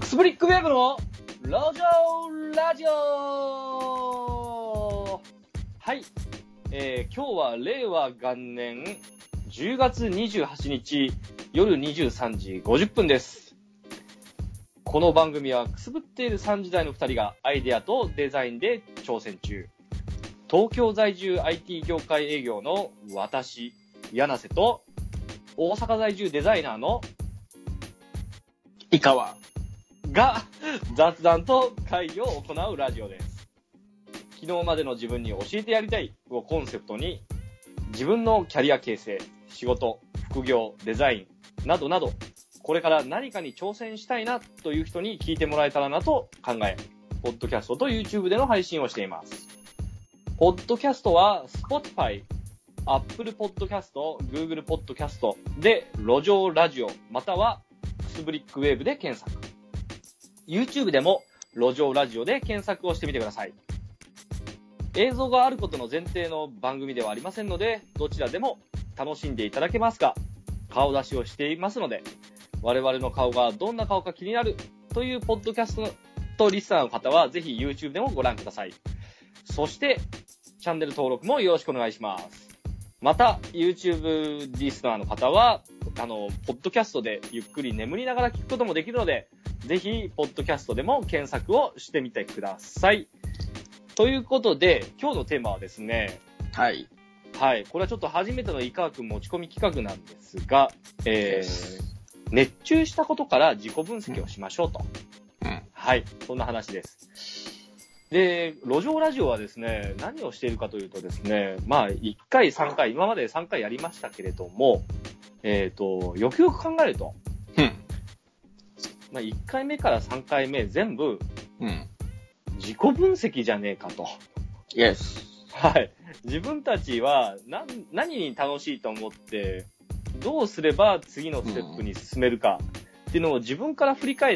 スブリックウェーブの路上ラジオ。はい、今日は令和元年10月28日夜23時50分です。この番組はくすぶっている3時代の2人がアイデアとデザインで挑戦中。東京在住 IT 業界営業の私、柳瀬と大阪在住デザイナーの井川が雑談と会議を行うラジオです。昨日までの自分に教えてやりたいをコンセプトに、自分のキャリア形成、仕事、副業、デザインなどなど、これから何かに挑戦したいなという人に聞いてもらえたらなと考え、ポッドキャストと YouTube での配信をしています。ポッドキャストは Spotify、Apple Podcast、Google Podcast で路上ラジオまたはくすぶりックウェーブで検索。YouTube でも路上ラジオで検索をしてみてください。映像があることの前提の番組ではありませんので、どちらでも楽しんでいただけますが、顔出しをしていますので、我々の顔がどんな顔か気になるというポッドキャストとリスナーの方はぜひ YouTube でもご覧ください。そしてチャンネル登録もよろしくお願いします。また YouTube リスナーの方はポッドキャストでゆっくり眠りながら聞くこともできるので、ぜひポッドキャストでも検索をしてみてください。ということで今日のテーマはですね、はい、これはちょっと初めての井川くん持ち込み企画なんですが、熱中したことから自己分析をしましょうと、はい、そんな話です。で、路上ラジオはですね、何をしているかというとですね、まあ1回3回今まで3回やりましたけれども、よくよく考えると、まあ、1回目から3回目全部、自己分析じゃねえかと。 Yes。 はい。自分たちは何に楽しいと思って、どうすれば次のステップに進めるかっていうのを自分から振り返って、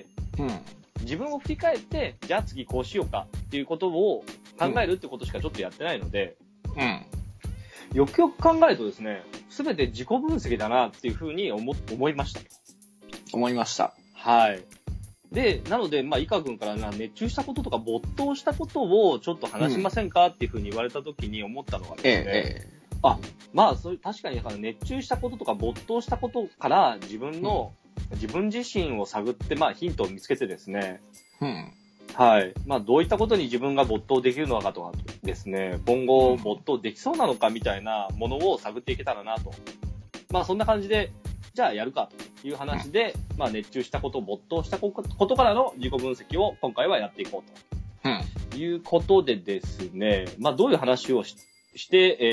自分を振り返って、じゃあ次こうしようかっていうことを考えるってことしかちょっとやってないので、よくよく考えるとですね、すべて自己分析だなっていうふうに思いました。 思いました。 はい。で、なので、まあ、井川くんから熱中したこととか没頭したことをちょっと話しませんかっていうふうに言われたときに思ったのがですね、まあ、確かにだから熱中したこととか没頭したことから自分自身を探って、まあ、ヒントを見つけてですね、はい。まあ、どういったことに自分が没頭できるのかとかですね、今後没頭できそうなのかみたいなものを探っていけたらなと。まあ、そんな感じで、じゃあやるかという話で、まあ、熱中したこと、没頭したことからの自己分析を今回はやっていこうと。いうことでですね、まあ、どういう話をして、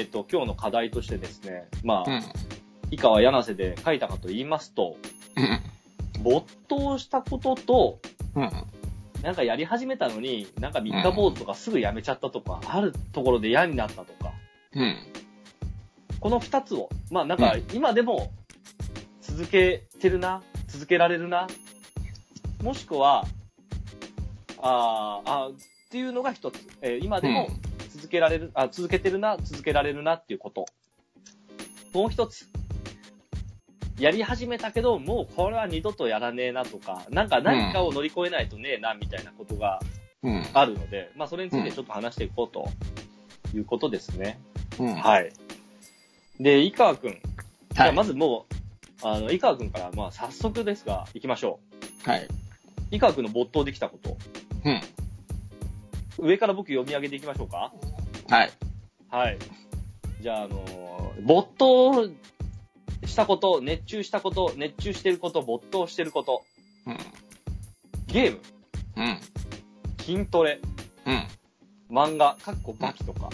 今日の課題としてですね、まあ、井川柳瀬で書いたかと言いますと、没頭したことと、なんかやり始めたのに、なんか三日坊主とかすぐやめちゃったとか、あるところで嫌になったとか、この二つを、まあなんか今でも続けられるな、もしくは、っていうのが一つ、今でも続けてるな、続けられるなっていうこと。もう一つ、やり始めたけど、もうこれは二度とやらねえなとか、なんか何かを乗り越えないとねえな、みたいなことがあるので、まあそれについてちょっと話していこうということですね。はい。で、井川くん。じゃあまずもう、井川くんから、まあ早速ですが、行きましょう。はい。 井川くんの没頭できたこと。上から僕読み上げていきましょうか。 はい。 はい。じゃあ、没頭したこと、熱中したこと、熱中してること、没頭してること。ゲーム。筋トレ。漫画、ガキとか。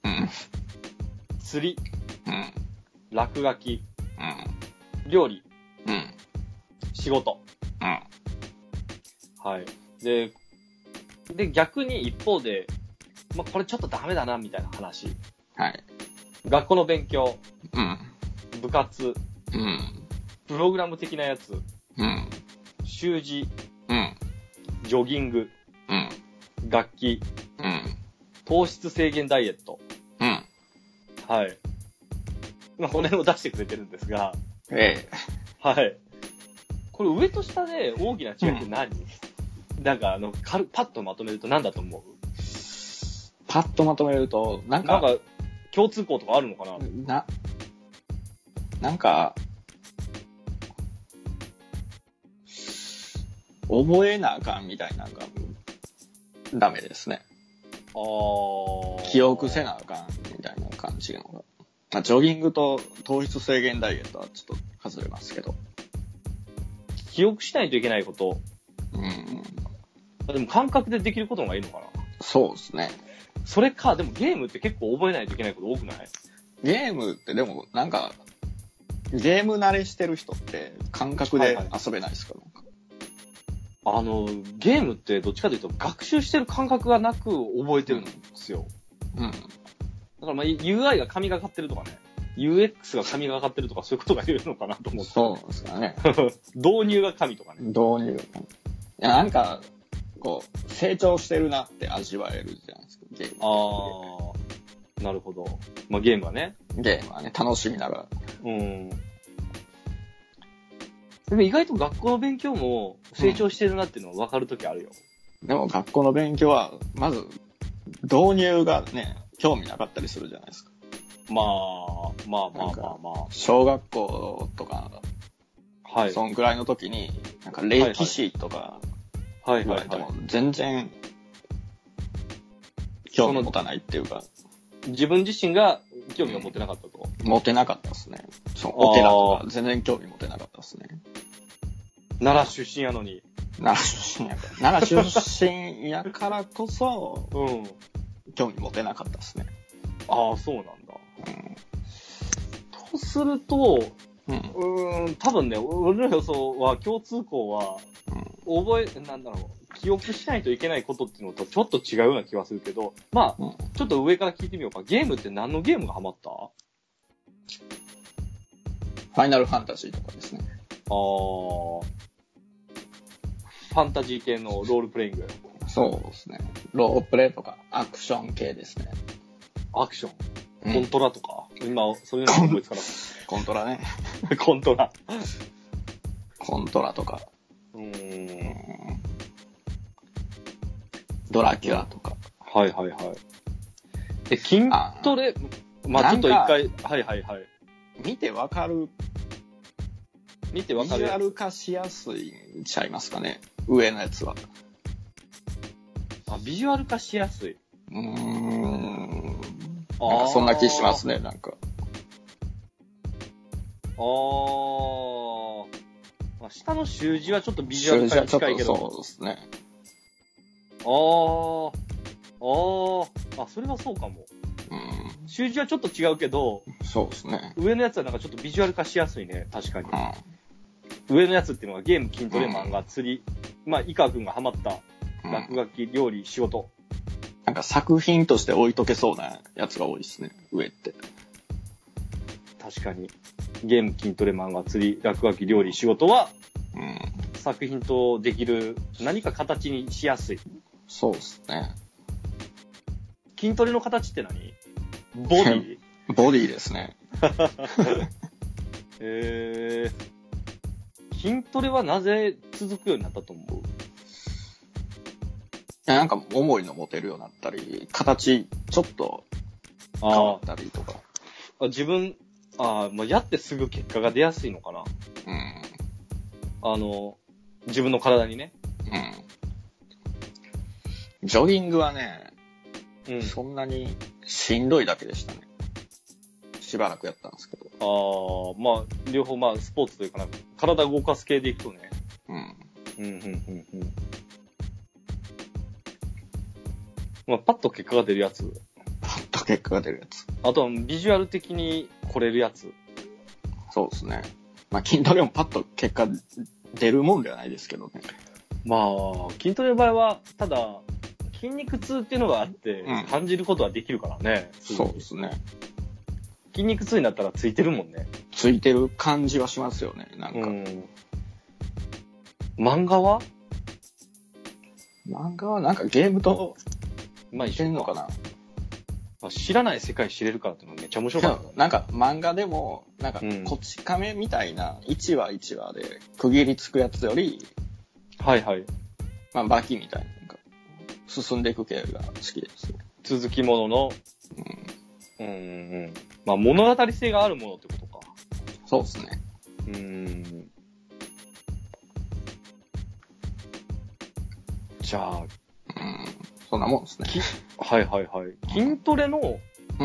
釣り。落書き。料理。仕事。はい。で、逆に一方で、まあ、これちょっとダメだな、みたいな話。 はい。 学校の勉強。部活。プログラム的なやつ。習字。ジョギング。楽器。糖質制限ダイエット。はい。まあ、この辺を出してくれてるんですが。はい。 これ上と下で大きな違いって何？なんかパッとまとめると何だと思う？ パッとまとめると、なんか共通項とかあるのかな？ なんか、覚えなあかんみたいなのがダメですね。記憶せなあかんみたいな感じのが。まあ、ジョギングと糖質制限ダイエットはちょっと外れますけど。 記憶しないといけないこと。でも感覚でできることがいいのかな？ そうですね。 それか、でもゲームって結構覚えないといけないこと多くない？ ゲームってでもなんか、ゲーム慣れしてる人って感覚で遊べないですか？ ゲームってどっちかというと学習してる感覚がなく覚えてるんですよ。 うん。 だからまあ UI が神がかってるとかね、UX が神がかってるとかそういうことが言えるのかなと思って。 そうですかね。 導入が神とかね。 導入が神。いや、なんか、こう、成長してるなって味わえるじゃないですか、ゲーム。 ああ、なるほど。まあゲームはね。 ゲームはね、楽しみながら。 でも意外と学校の勉強も成長してるなっていうのは分かるときあるよ。 でも学校の勉強は、まず、導入がね、興味なかったりするじゃないですか。 まあ。 小学校とか、 はい。 そんくらいの時に、なんか歴史とか、言われても全然、興味持たないっていうか。 自分自身が興味を持てなかったと。 持てなかったですね。お寺とか全然興味持てなかったですね。 奈良出身やのに。 奈良出身やからこそ、興味持てなかったですね。 ああ、そうなんだ。とすると、多分ね、俺の予想は、共通項は、記憶しないといけないことっていうのとちょっと違うような気はするけど、まあ、ちょっと上から聞いてみようか。ゲームって何のゲームがハマった？ ファイナルファンタジーとかですね。 ファンタジー系のロールプレイング。 そうですね。ロープレイとかアクション系ですね。 アクション？コントラとか？今、そういうの思いつかなかった。 コントラね。 コントラ。 コントラとか。ドラキュラとか。 はい。筋トレ、まあちょっと一回、はい。 見てわかる。ビジュアル化しやすいんちゃいますかね。上のやつは。 ビジュアル化しやすい。 なんかそんな気しますね、なんか。 下の習字はちょっとビジュアル化に近いけど。 そうですね。 それはそうかも。習字はちょっと違うけど、 そうですね。 上のやつはなんかちょっとビジュアル化しやすいね、確かに。上のやつっていうのがゲーム、筋トレ、漫画、釣り、まあ、井川くんがハマった落書き、料理、仕事。 なんか作品として置いとけそうなやつが多いですね、上って。 確かに。ゲーム、筋トレ、漫画、釣り、落書き、料理、仕事は、作品とできる何か形にしやすい。 そうですね。 筋トレの形って何？ボディ？ ボディですね。 筋トレはなぜ続くようになったと思う？ なんか重いの持てるようになったり、形ちょっと変わったりとか。 自分、まあ、やってすぐ結果が出やすいのかな。自分の体にね。 ジョギングはね、そんなにしんどいだけでしたね。しばらくやったんですけど。 まあ、両方まあ、スポーツというかな、体を動かす系でいくとね。まあ、パッと結果が出るやつ。あとは、ビジュアル的に来れるやつ。 そうですね。まあ、筋トレもパッと結果出るもんではないですけどね。 まあ、筋トレの場合は、ただ、筋肉痛っていうのがあって、感じることはできるからね。 そうですね。 筋肉痛になったらついてるもんね。 ついてる感じはしますよね、なんか。 漫画はなんかゲームと、 まあ一緒な。知らない世界知れるからってのはめっちゃ面白かった。 なんか漫画でも、 なんか、こち亀みたいな、1話1話で区切りつくやつより、 はいはい。 まあ、バキみたいな、なんか、進んでいく系が好きですね。 続きものの、まあ、物語性があるものってことか。 そうですね。 じゃあ、 そんなもんですね。 はいはいはい。筋トレの、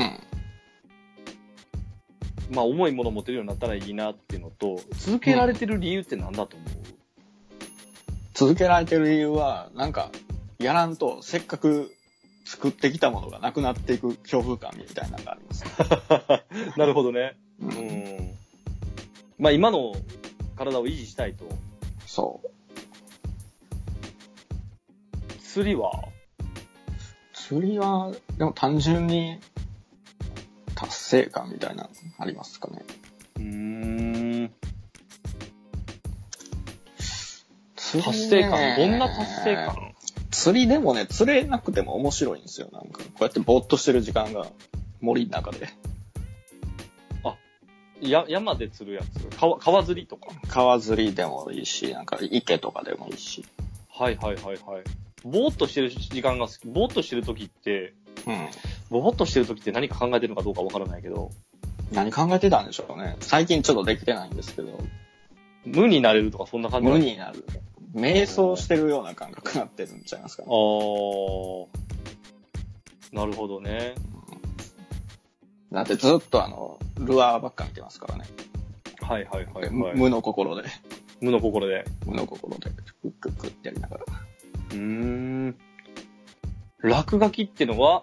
まあ、重いものを持てるようになったらいいなっていうのと、続けられてる理由って何だと思う？ 続けられてる理由は、なんか、やらんと、せっかく作ってきたものがなくなっていく恐怖感みたいなのがあります、ね。 なるほどね。まあ、今の体を維持したいと。 そう。 釣りは、 でも単純に、達成感みたいなのありますかね。 達成感、どんな達成感？ 釣りでもね、釣れなくても面白いんですよ。なんか、こうやってぼーっとしてる時間が森の中で。 山で釣るやつ。川釣りとか。 川釣りでもいいし、なんか池とかでもいいし。 はいはいはいはい。ぼーっとしてる時間が好き。ぼーっとしてる時って、ぼーっとしてる時って何か考えてるのかどうかわからないけど。 何考えてたんでしょうね。最近ちょっとできてないんですけど。 無になれるとかそんな感じ？ 無になる。瞑想してるような感覚になってるんちゃいますかね。 なるほどね。 だってずっとルアーばっか見てますからね。 はいはいはい、はい。 無の心で。 無の心で。 クックックってやりながら。 落書きってのは？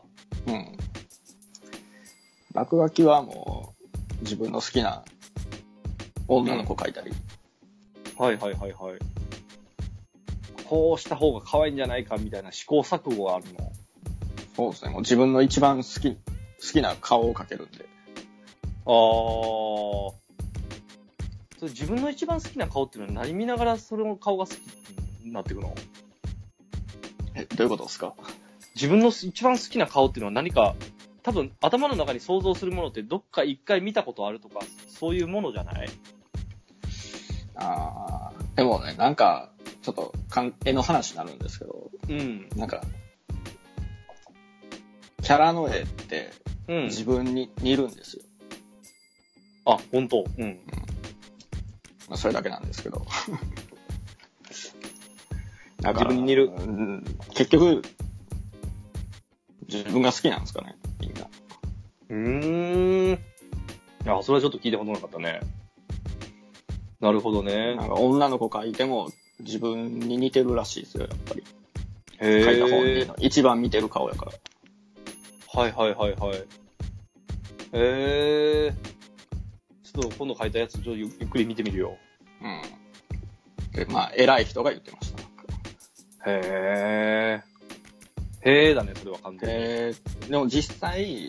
落書きはもう、自分の好きな女の子描いたり。 はいはいはいはい。こうした方が可愛いんじゃないかみたいな試行錯誤があるの？ そうですね。もう自分の一番好きな顔を描けるんで。 それ自分の一番好きな顔っていうのは何見ながらそれの顔が好きになっていくの？ どういうことですか？ 自分の一番好きな顔っていうのは何か、多分頭の中に想像するものってどっか一回見たことあるとか、そういうものじゃない？ でもね、なんか、ちょっと絵の話になるんですけど、なんか、キャラの絵って、自分に似るんですよ。 あ、本当？ まあ、それだけなんですけど。 自分に似る。 結局、自分が好きなんですかね、みんな。 いや、それはちょっと聞いたことなかったね。なるほどね。 なんか女の子描いても自分に似てるらしいですよ、やっぱり。描いた本人の一番見てる顔やから。 はいはいはいはい。ちょっと今度描いたやつ、ちょっとゆっくり見てみるよ。 で、まあ、偉い人が言ってました。 へーだね、それは完全に。 でも実際、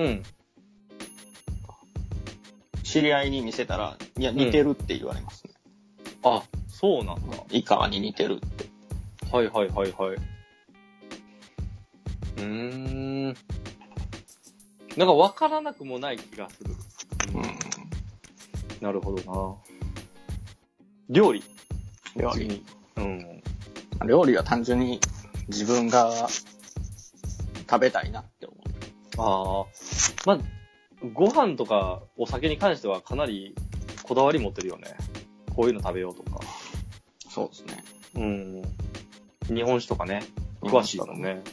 知り合いに見せたら、いや、似てるって言われますね。 あ、そうなんだ。 井川に似てるって。 はいはいはいはい。なんか分からなくもない気がする。なるほどな。料理。 料理は単純に自分が食べたいなって思う。 まあ、ご飯とかお酒に関してはかなりこだわり持ってるよね。こういうの食べようとか。 そうですね。 日本酒とかね。詳しいからね。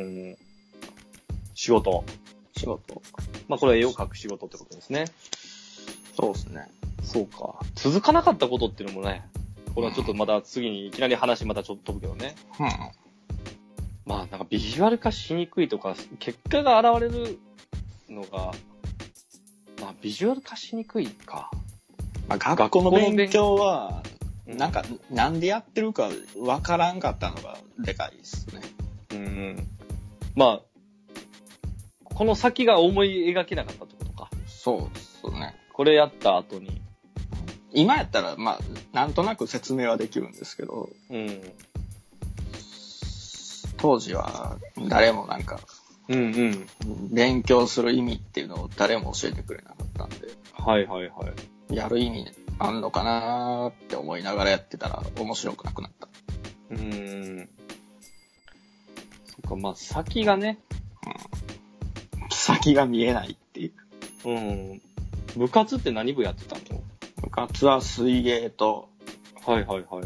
仕事。まあこれは絵を描く仕事ってことですね。 そうですね。 そうか。続かなかったことっていうのもね、これはちょっとまた次にいきなり話またちょっと飛ぶけどね。まあなんかビジュアル化しにくいとか、結果が現れるのが、まあビジュアル化しにくいか。 まあ学校の勉強は、なんか、なんでやってるかわからんかったのがでかいですね。 まあ、この先が思い描けなかったってことか。 そうですね。 これやった後に。 今やったら、まあ、なんとなく説明はできるんですけど、当時は誰もなんか、 うんうん。 勉強する意味っていうのを誰も教えてくれなかったんで。 はいはいはい。 やる意味あんのかなーって思いながらやってたら面白くなくなった。 そっか、まあ先がね。 先が見えないっていう。 部活って何部やってたの？ 部活は水泳と、 はいはいはい。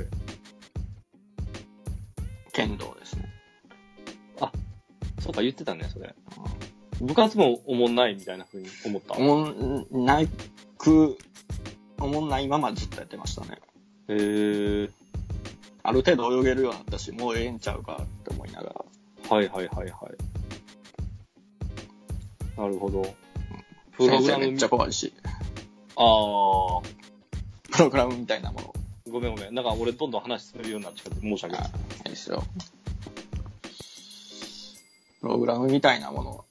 剣道ですね。 あ、そうか言ってたね、それ。部活もおもんないみたいな風に思った。 おもんないままずっとやってましたね。ある程度泳げるようになったし、もうええんちゃうかって思いながら。 はいはいはいはい。なるほど。 プログラムめっちゃ怖いし。プログラムみたいなもの。 ごめん。なんか俺どんどん話進めるようになっちゃって申し訳ない。 いいですよ。プログラムみたいなもの。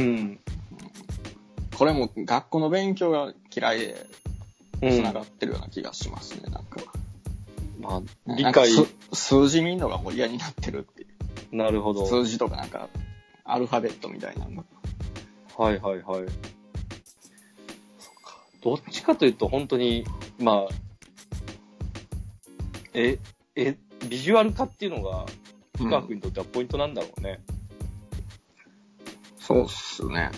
これも学校の勉強が嫌いで繋がってるような気がしますね、なんか。まあ、理解。数字見んのがもう嫌になってるっていう。 なるほど。 数字とかなんか、アルファベットみたいなの。 はいはいはい。そっか。どっちかというと本当に、まあ、ビジュアル化っていうのが、企画にとってはポイントなんだろうね。 そうっすね。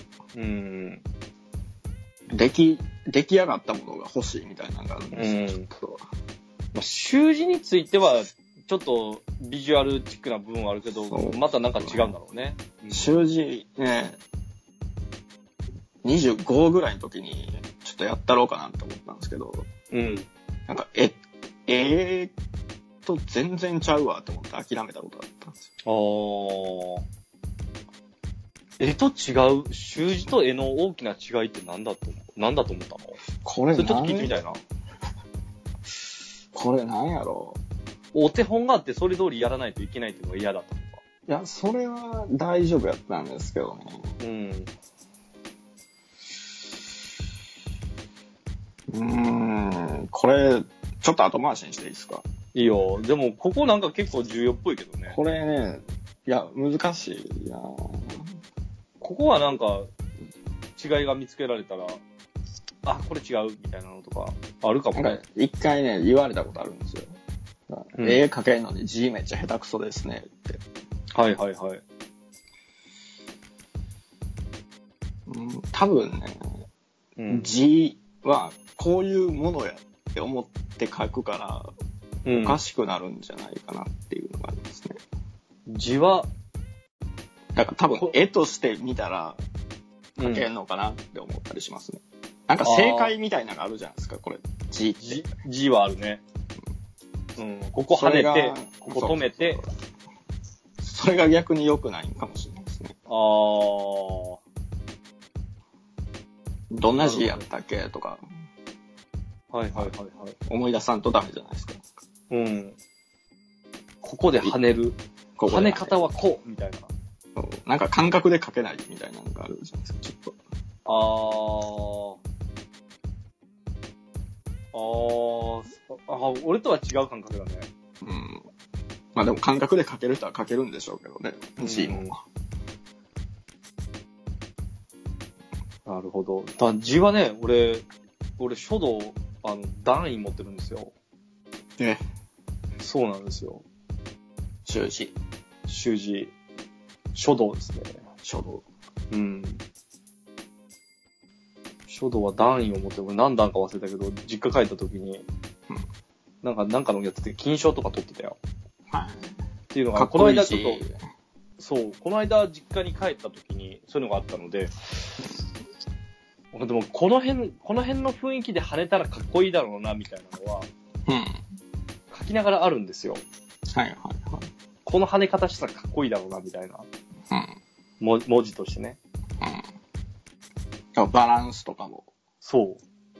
出来上がったものが欲しいみたいなのがあるんですよ。 まあ、習字については、ちょっとビジュアルチックな部分はあるけど、またなんか違うんだろうね。 習字ね、25ぐらいの時にちょっとやったろうかなって思ったんですけど、なんかと全然ちゃうわって思って諦めたことがあったんですよ。 絵と違う、習字と絵の大きな違いって何だと思ったの？ これちょっと聞いてみたいな。 これなんやろう。お手本があってそれ通りやらないといけないっていうのが嫌だったのか。 いや、それは大丈夫やったんですけどね。これ、ちょっと後回しにしていいですか？ いいよ。でも、ここなんか結構重要っぽいけどね。 これね、いや、難しいな。 ここはなんか、違いが見つけられたら、あ、これ違うみたいなのとか、あるかもね。 一回ね、言われたことあるんですよ。絵描けるのに字めっちゃ下手くそですねって。 はいはいはい。 多分ね、字はこういうものやって思って書くから、おかしくなるんじゃないかなっていうのがありますね。 字はだから多分絵として見たら書けんのかなって思ったりしますね。なんか正解みたいなのがあるじゃないですか、これ。字って。 字はあるね。ここ跳ねて、ここ止めて。 それが逆に良くないかもしれないですね。どんな字やったっけとか。 はい。 思い出さんとダメじゃないですか。 ここで跳ねる。跳ね方はこうみたいな。 なんか感覚で書けないみたいなのがあるじゃないですか、ちょっと。 俺とは違う感覚だね。 まあでも感覚で書ける人は書けるんでしょうけどね、字も。 なるほど。字はね、俺書道、段位持ってるんですよ。そうなんですよ。 習字。 書道ですね。 書道。 書道は段位を持ってる。何段か忘れたけど、実家帰った時に、なんかのやつで金賞とか取ってたよ。っていうのが、この間ちょっと、この間実家に帰った時に、そういうのがあったので、でもこの辺の雰囲気で跳ねたらかっこいいだろうな、みたいなのは、書きながらあるんですよ。この跳ね方したらかっこいいだろうな、みたいな。文字としてね。 バランスとかも。 そう。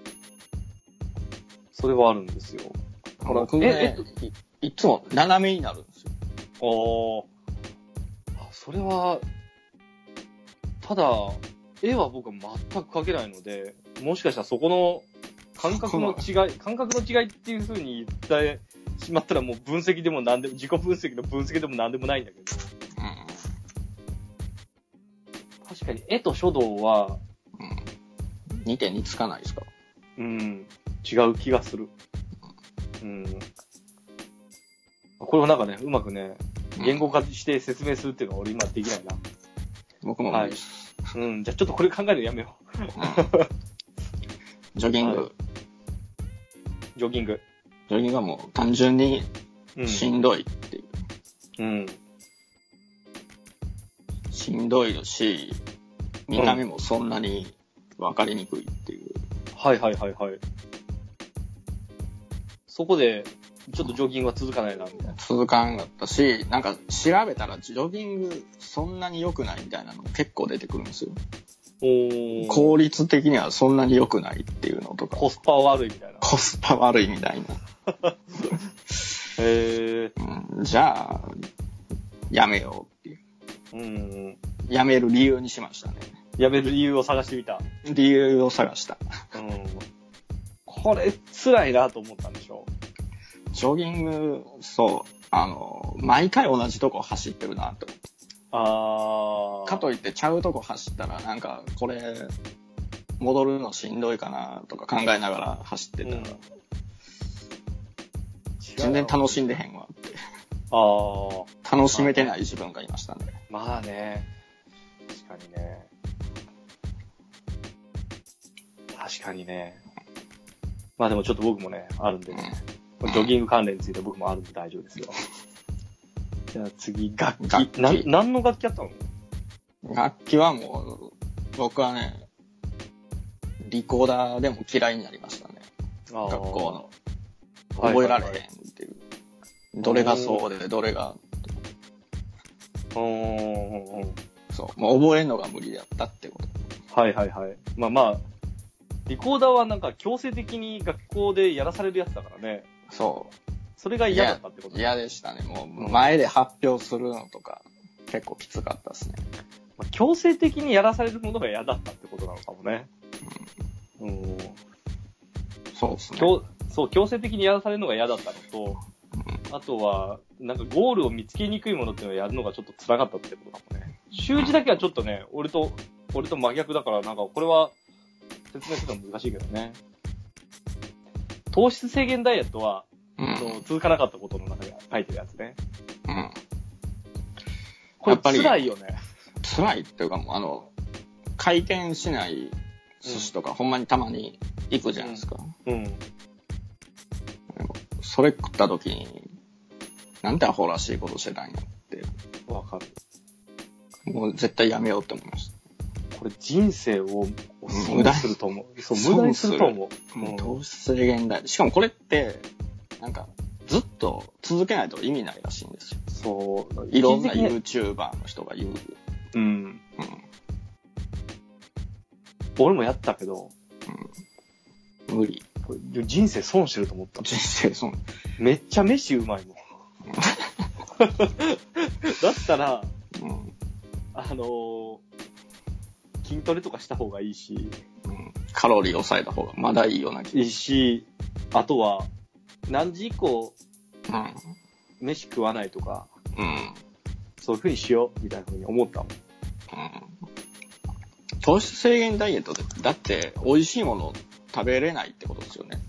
それはあるんですよ。 僕ね、いつも斜めになるんですよ。 それは、ただ、絵は僕は全く描けないので、もしかしたらそこの感覚の違いっていう風に言ってしまったらもう分析でも自己分析の分析でも何でもないんだけど。 かに絵と書道は、 似て似つかないですか？ うん。違う気がする。うん。これをなんかね、うまくね、言語化して説明するっていうのは俺今できないな。 僕も無理です。 はい。うん。じゃあちょっとこれ考えるのやめよう。 ジョギング、 はい。ジョギング。 ジョギングはもう単純にしんどいっていう。 うん。 しんどいし、見た目もそんなに分かりにくいっていう。 はいはいはいはい。そこで、ちょっとジョギングは続かないな、みたいな。 続かんかったし、なんか調べたらジョギングそんなに良くないみたいなの結構出てくるんですよ。効率的にはそんなに良くないっていうのとか。 コスパ悪いみたいな。 コスパ悪いみたいな。じゃあ、やめようっていう。やめる理由にしましたね。 やめる理由を探してみた。 理由を探した。 これ、辛いなと思ったんでしょ？ ジョギング、そう、毎回同じとこ走ってるなと。かといってちゃうとこ走ったら、なんか、これ、戻るのしんどいかなとか考えながら走ってたら、全然楽しんでへんわって。楽しめてない自分がいましたね。 まあね。確かにね。確かにね。まあでもちょっと僕もね、あるんでね。ジョギング関連について僕もあるんで大丈夫ですよ。じゃあ次、楽器。何の楽器やったの？ 楽器はもう、僕はね、リコーダーでも嫌いになりましたね。学校の。覚えられへんっていう。どれがそうで、どれが。そう。もう覚えるのが無理だったってこと。 はいはいはい。まあまあ、リコーダーはなんか強制的に学校でやらされるやつだからね。 そう。 それが嫌だったってこと？ 嫌でしたね。もう前で発表するのとか、結構きつかったですね。 まあ、強制的にやらされるものが嫌だったってことなのかもね。 そうですね。 そう、強制的にやらされるのが嫌だったのと、あとは、なんかゴールを見つけにくいものっていうのをやるのがちょっと辛かったってことかもね。習字だけはちょっとね、俺と真逆だから、なんかこれは説明するの難しいけどね。糖質制限ダイエットは、続かなかったことの中で書いてるやつね。これ辛いよね。 辛いっていうかもう回転しない寿司とか、ほんまにたまに行くじゃないですか。それ食った時に、なんてアホらしいことしてたんやって。 わかる。 もう絶対やめようって思いました。 これ人生を無駄にすると思う。そう、無駄にすると思う。 糖質制限ダイエット。しかもこれって、なんか、ずっと続けないと意味ないらしいんですよ。 そう。 いろんな YouTuber の人が言う。 俺もやったけど、 無理。 人生損してると思った。 人生損。 めっちゃ飯うまいもん。だったら、筋トレとかした方がいいし、 カロリー抑えた方がまだいいような気がいいし、あとは、何時以降、飯食わないとか、そういう風にしよう、みたいな風に思ったもん。 糖質制限ダイエットで、だって美味しいもの食べれないってことですよね。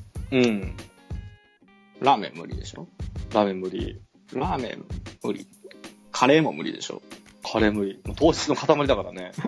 ラーメン無理でしょ？ ラーメン無理。 ラーメン無理。カレーも無理でしょ？ カレー無理。糖質の塊だからね。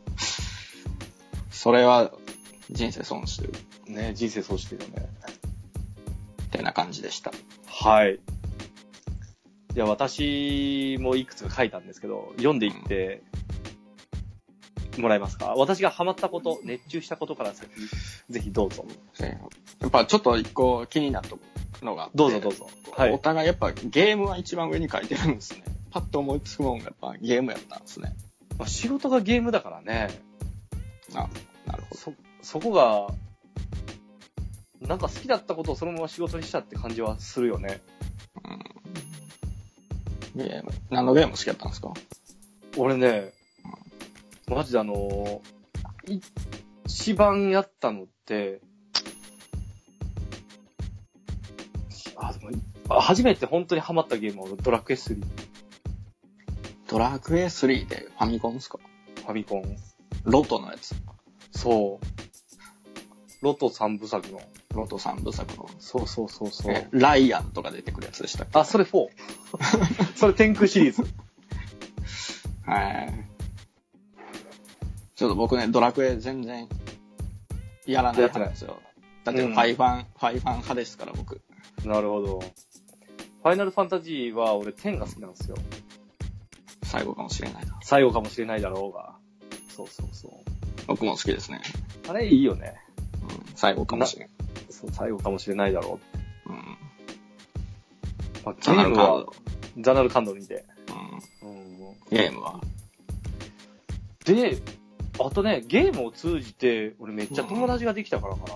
それは人生損してる。 ね、人生損してるよね。 ってな感じでした。 はい。じゃあ私もいくつか書いたんですけど、読んでいってもらえますか？私がハマったこと、熱中したことから先、ぜひどうぞ。 やっぱちょっと一個気になったのがあって。 どうぞどうぞ。 はい。お互いやっぱゲームは一番上に書いてるんですね。パッと思いつくもんがやっぱゲームやったんですね。 まあ、仕事がゲームだからね。 あ、なるほど。 そこが、なんか好きだったことをそのまま仕事にしたって感じはするよね。 ゲーム。何のゲーム好きだったんですか？ 俺ね、マジで一番やったのって、初めて本当にハマったゲームはドラクエ3。 ドラクエ3でファミコンですか？ ファミコン。 ロトのやつ。 そう。ロト3部作の。 ロト3部作の。 そうそうそうそう。 ライアンとか出てくるやつでしたっけ？ あ、それ4。それ天空シリーズ。 はい。ちょっと僕ね、ドラクエ全然やらないんですよ。だってファイファン派ですから、僕。 なるほど。ファイナルファンタジーは俺10が好きなんですよ。 最後かもしれないな。 最後かもしれないだろうが。そうそうそう。 僕も好きですね。 あれいいよね。 うん、最後かもしれない。 そう、最後かもしれないだろう。うん。まあ、 ザナルカンド。 ザナルカンドにて。 うん。ゲームはで、あとね、ゲームを通じて、俺めっちゃ友達ができたからかな。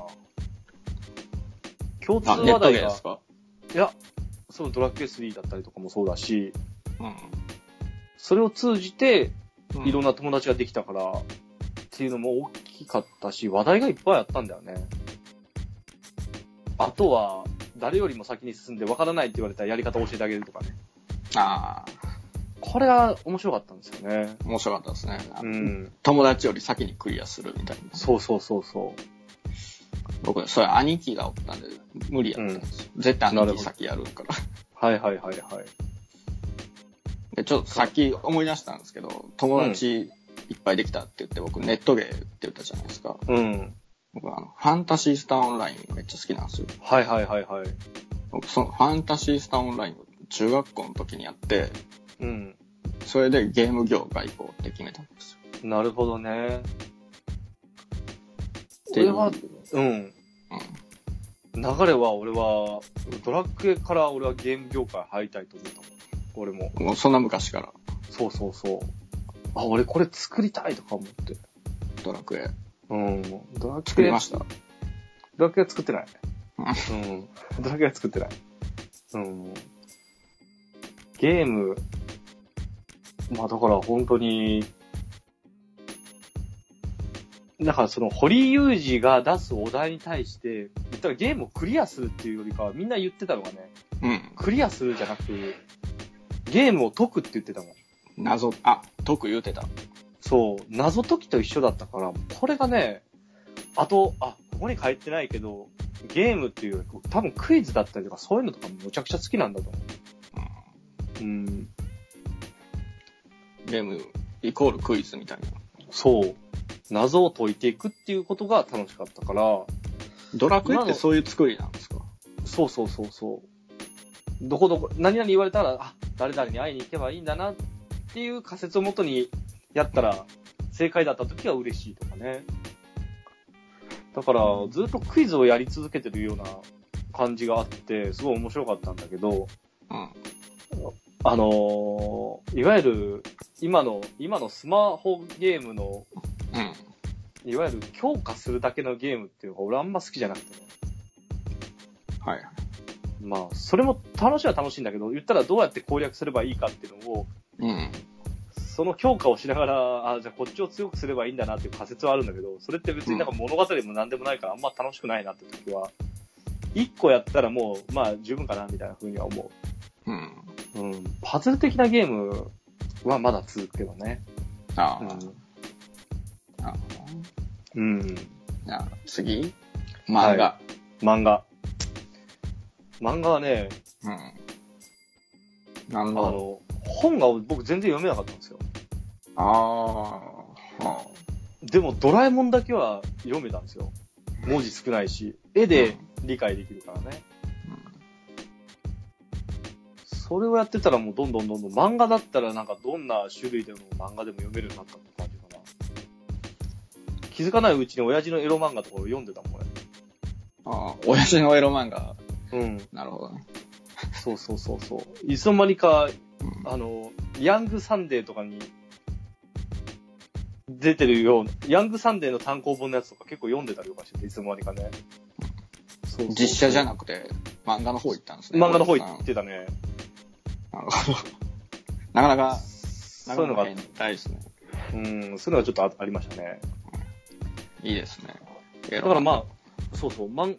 共通話題が。ネットゲーですか？いや、そのドラクエ3だったりとかもそうだし、うん。それを通じて、いろんな友達ができたから、っていうのも大きかったし、話題がいっぱいあったんだよね。あとは、誰よりも先に進んでわからないって言われたらやり方を教えてあげるとかね。ああ。これは面白かったんですよね。 面白かったですね。うん。友達より先にクリアするみたいな。 そうそうそうそう。 僕、それ兄貴がおったんで、無理やったんですよ。絶対兄貴先やるから。 はいはいはいはい。 で、ちょっとさっき思い出したんですけど、友達いっぱいできたって言って、僕ネットゲーって言ったじゃないですか。うん。僕ファンタシースターオンラインめっちゃ好きなんですよ。 はいはいはいはい。 僕、そのファンタシースターオンラインを中学校の時にやって、うん。それでゲーム業界行こうって決めたんですよ。なるほどね。これは、うん。うん。流れは俺は、ドラクエから俺はゲーム業界入りたいと思ったもん。俺も。 もうそんな昔から。 そうそうそう。あ、俺これ作りたいとか思って。 ドラクエ。 うん。 ドラクエ作りました。 ドラクエは作ってない。うん。ドラクエは作ってない。うん。ゲーム、まあだから本当に、だからその堀井雄二が出すお題に対して、言ったらゲームをクリアするっていうよりかはみんな言ってたのがね、うん。クリアするじゃなくて、ゲームを解くって言ってたもん。 解く言うてた。 そう、謎解きと一緒だったから、これがね、ここに書いてないけど、ゲームっていうより多分クイズだったりとかそういうのとかむちゃくちゃ好きなんだと思う。うん。 ゲームイコールクイズみたいな。 そう。謎を解いていくっていうことが楽しかったから。 ドラクエってそういう作りなんですか？ そうそうそうそう。何々言われたら、誰々に会いに行けばいいんだなっていう仮説をもとにやったら、正解だった時は嬉しいとかね。だから、ずっとクイズをやり続けてるような感じがあって、すごい面白かったんだけど、うん。いわゆる、今のスマホゲームの、うん。いわゆる強化するだけのゲームっていうのが俺あんま好きじゃなくてね。はい。まあ、それも楽しいは楽しいんだけど、言ったらどうやって攻略すればいいかっていうのを、うん。その強化をしながら、じゃあこっちを強くすればいいんだなっていう仮説はあるんだけど、それって別になんか物語も何でもないからあんま楽しくないなって時は、一個やったらもう、まあ十分かなみたいな風には思う。うん。うん。パズル的なゲームはまだ続くけどね。ああ。うん。うん。 次漫画、はい。 漫画はね、うん。本が僕全然読めなかったんですよ。でもドラえもんだけは読めたんですよ。文字少ないし、絵で理解できるからね。うん、それをやってたらもうどんどん漫画だったらなんかどんな種類でも漫画でも読めるようになったって感じかな。気づかないうちに親父のエロ漫画とかを読んでたもん、 俺。親父のエロ漫画。うん。なるほどね。 そう。いつの間にか、ヤングサンデーとかに出てるような、ヤングサンデーの単行本のやつとか結構読んでたりとかしてて、いつの間にかね。 そう実写じゃなくて、漫画の方行ったんですね。 漫画の方行ってたね。 なるほど。なかなか、そういうのが変態ですね。 そういうのがちょっとありましたね。 いいですね。 だからまあ、そう、漫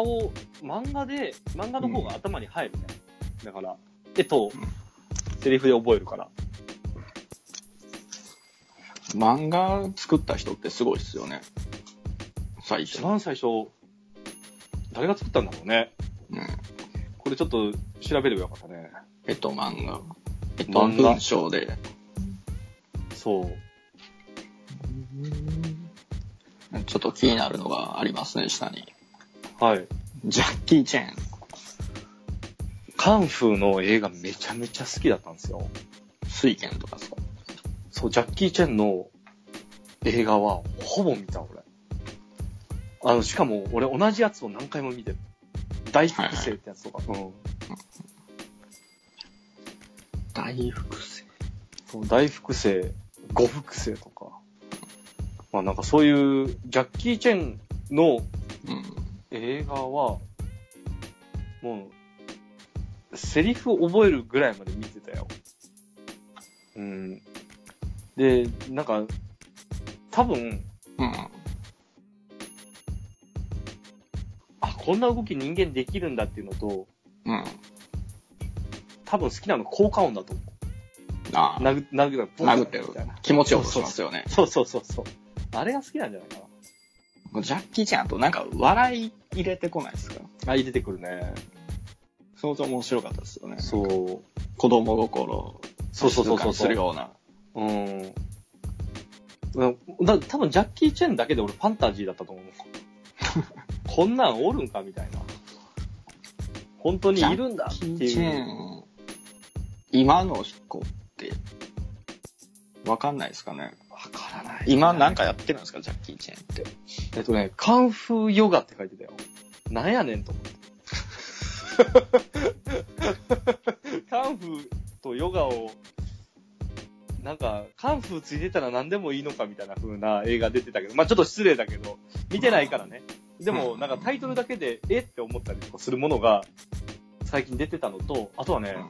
画の方が頭に入るね。だから、セリフで覚えるから。 漫画作った人ってすごいっすよね。最初。 一番最初、誰が作ったんだろうね。 うん。 これちょっと調べればよかったね。 漫画。 漫画文章で。 そう。 ちょっと気になるのがありますね、下に。 はい。 ジャッキー・チェン。 カンフーの映画めちゃめちゃ好きだったんですよ。 水拳とかさ。 そう、ジャッキー・チェンの映画はほぼ見た、俺。しかも俺同じやつを何回も見てる。大複製ってやつとか。はいはい、うん。 大複製。 そう、大複製、5複製とか。まあなんかそういうジャッキー・チェンの映画は、もう、セリフ覚えるぐらいまで見てたよ。うん。で、なんか、多分、こんな動き人間できるんだっていうのと、多分好きなの効果音だと思う。 殴ってる。気持ちよくしますよね。 そう。あれが好きなんじゃないかな。ジャッキーちゃんとなんか笑い入れてこないですか？ 入れてくるね。 相当面白かったですよね。 そう。 子供心。 そう。 するような。 多分ジャッキー・チェンだけで俺ファンタジーだったと思う。こんなんおるんかみたいな。本当にいるんだっていう。ジャッキー・チェン、 今の子ってわかんないですかね。 わからない、ね。 今なんかやってるんですか、ジャッキー・チェンって。 カンフーヨガって書いてたよ。なんやねんと思って。カンフーとヨガをなんか、カンフーついてたら何でもいいのかみたいな風な映画出てたけど、まあちょっと失礼だけど、見てないからね。でも、なんかタイトルだけで、って思ったりとかするものが、最近出てたのと、あとはね、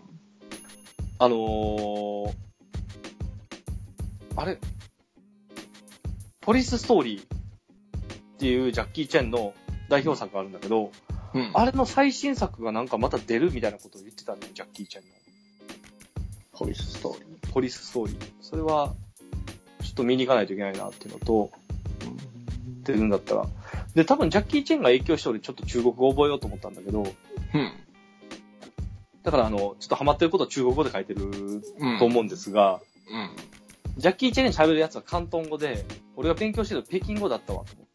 あれ、ポリスストーリーっていうジャッキー・チェンの代表作があるんだけど、あれの最新作がなんかまた出るみたいなことを言ってたね、ジャッキー・チェンの。ポリスストーリー。それは、ちょっと見に行かないといけないなっていうのと、出るんだったら。で、多分ジャッキー・チェンが影響して俺ちょっと中国語を覚えようと思ったんだけど、だからちょっとハマってることは中国語で書いてると思うんですが、ジャッキー・チェンに喋るやつは広東語で、俺が勉強してる北京語だったわと思って。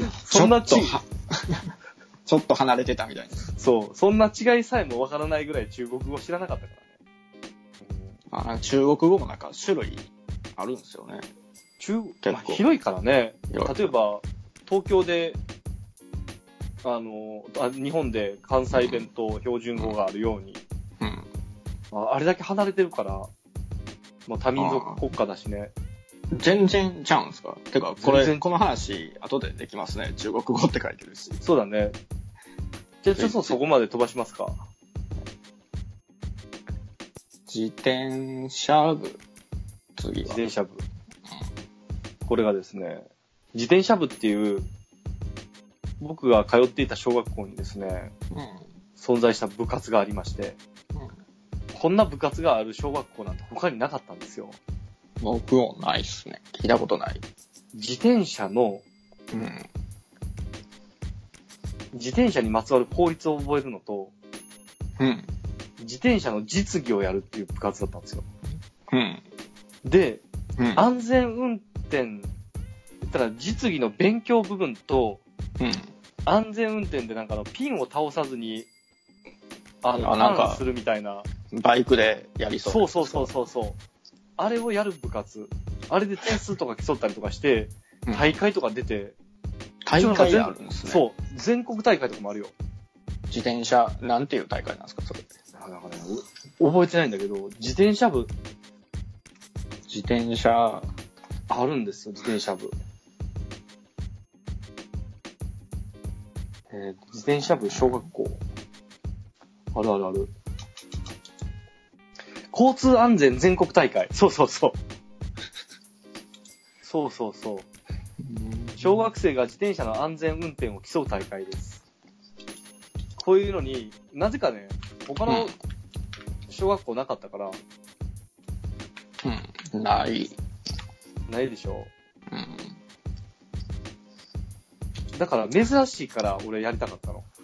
そんなちょっと離れてたみたいな。 そう、そんな違いさえもわからないぐらい中国語知らなかったからね。 中国語もなんか種類あるんですよね。 広いからね。例えば、東京で、日本で関西弁と標準語があるように、あれだけ離れてるから、もう多民族国家だしね。 全然ちゃうんですか？てか、この話、後でできますね。中国語って書いてるし。 そうだね。じゃあちょっとそこまで飛ばしますか。 自転車部。次は。 自転車部。これがですね、自転車部っていう、僕が通っていた小学校にですね、存在した部活がありまして、こんな部活がある小学校なんて他になかったんですよ。 僕もないっすね。聞いたことない。 自転車にまつわる法律を覚えるのと、自転車の実技をやるっていう部活だったんですよ。で、安全運転、言ったら実技の勉強部分と、安全運転でなんかピンを倒さずに、ターンするみたいな。 バイクでやりそう。 そう。あれをやる部活。あれで点数とか競ったりとかして、大会とか出て。 大会あるんですね。 そう。全国大会とかもあるよ。 自転車、なんていう大会なんですか、それ。 なんかね、覚えてないんだけど、自転車部。 自転車、 あるんですよ、自転車部。自転車部小学校。ある。交通安全全国大会。そう。小学生が自転車の安全運転を競う大会です。こういうのに、なぜかね、他の小学校なかったから、 ない。 ないでしょ。 うん。 だから珍しいから俺やりたかったの。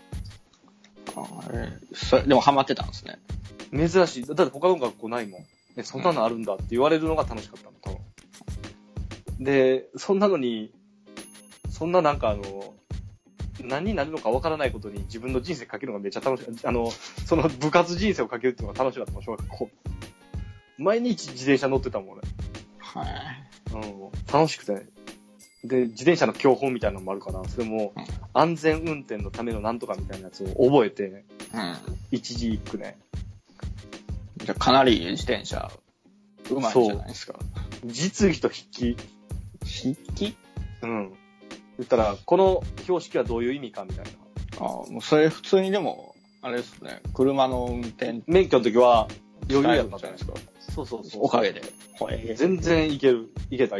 でもハマってたんですね。 珍しい。だって他の学校ないもん。そんなのあるんだって言われるのが楽しかったの、多分。で、そんなのに、そんななんか何になるのかわからないことに自分の人生かけるのがめっちゃ楽しい。その部活人生をかけるっていうのが楽しかったの、小学校。毎日自転車乗ってたもん、俺。 はい。 楽しくて。で、自転車の教本みたいなのもあるから、それも安全運転のためのなんとかみたいなやつを覚えて、一字一句ね。 じゃあかなり自転車、うまいんじゃないですか。 実技と筆記。 筆記？ うん。言ったら、この標識はどういう意味かみたいな。 もうそれ普通にでも、あれですね、車の運転。 免許の時は余裕やったじゃないですか。 そう。 おかげで。 全然いけた。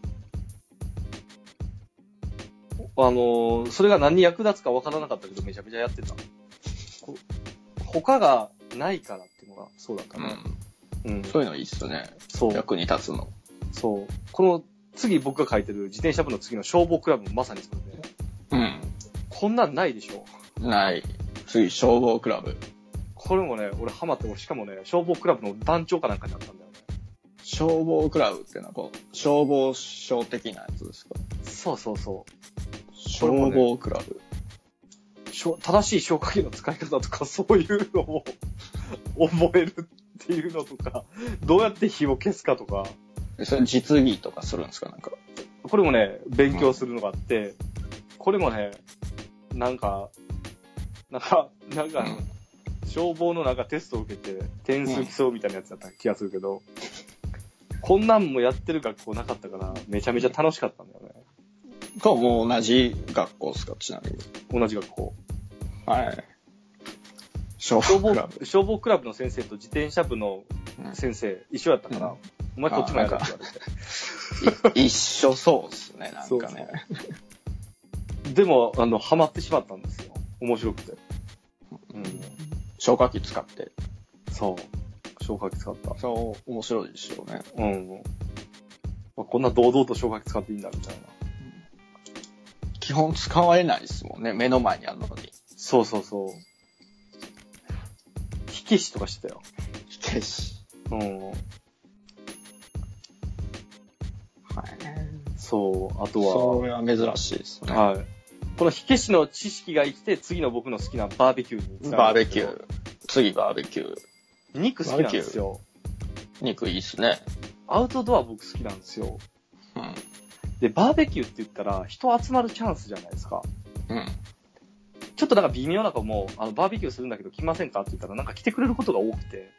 それが何に役立つかわからなかったけど、めちゃめちゃやってた。他がないからっていうのがそうだったね。 そういうのいいっすね。 そう。 役に立つの。 そう。この次僕が書いてる自転車部の次の消防クラブもまさにそれで。こんなんないでしょ。 ない。次、消防クラブ。 これもね、俺ハマって、しかもね、消防クラブの団長かなんかになったんだよね。 消防クラブってのは消防署的なやつですか？ そう。 消防クラブ。 正しい消火器の使い方とかそういうのを覚えるっていうのとか、どうやって火を消すかとか。 それ実技とかするんですか？なんか。 これもね、勉強するのがあって、これもね、なんか、消防のテストを受けて点数競うみたいなやつだった気がするけど、こんなんもやってる学校なかったから、めちゃめちゃ楽しかったんだよね。 もう同じ学校ですか？ちなみに。 同じ学校。 はい。 消防クラブの先生と自転車部の先生、一緒やったから、お前こっちもやるって言われて。 一緒そうっすね、なんかね。 そうでも、ハマってしまったんですよ。面白くて。 消火器使って。 そう。消火器使った。 そう、面白いですよね。 こんな堂々と消火器使っていいんだ、みたいな。 基本使われないですもんね、目の前にあるのに。 そう。火消しとかしてたよ。 火消し。はい。 そう、あとは。 それは珍しいですね。 はい。この火消しの知識が生きて、次の僕の好きなバーベキューにつながる。 バーベキュー。次バーベキュー。 肉好きなんですよ。 肉いいっすね。 アウトドア僕好きなんですよ。で、バーベキューって言ったら、人集まるチャンスじゃないですか。ちょっと微妙な子も、バーベキューするんだけど来ませんかって言ったら、来てくれることが多くて。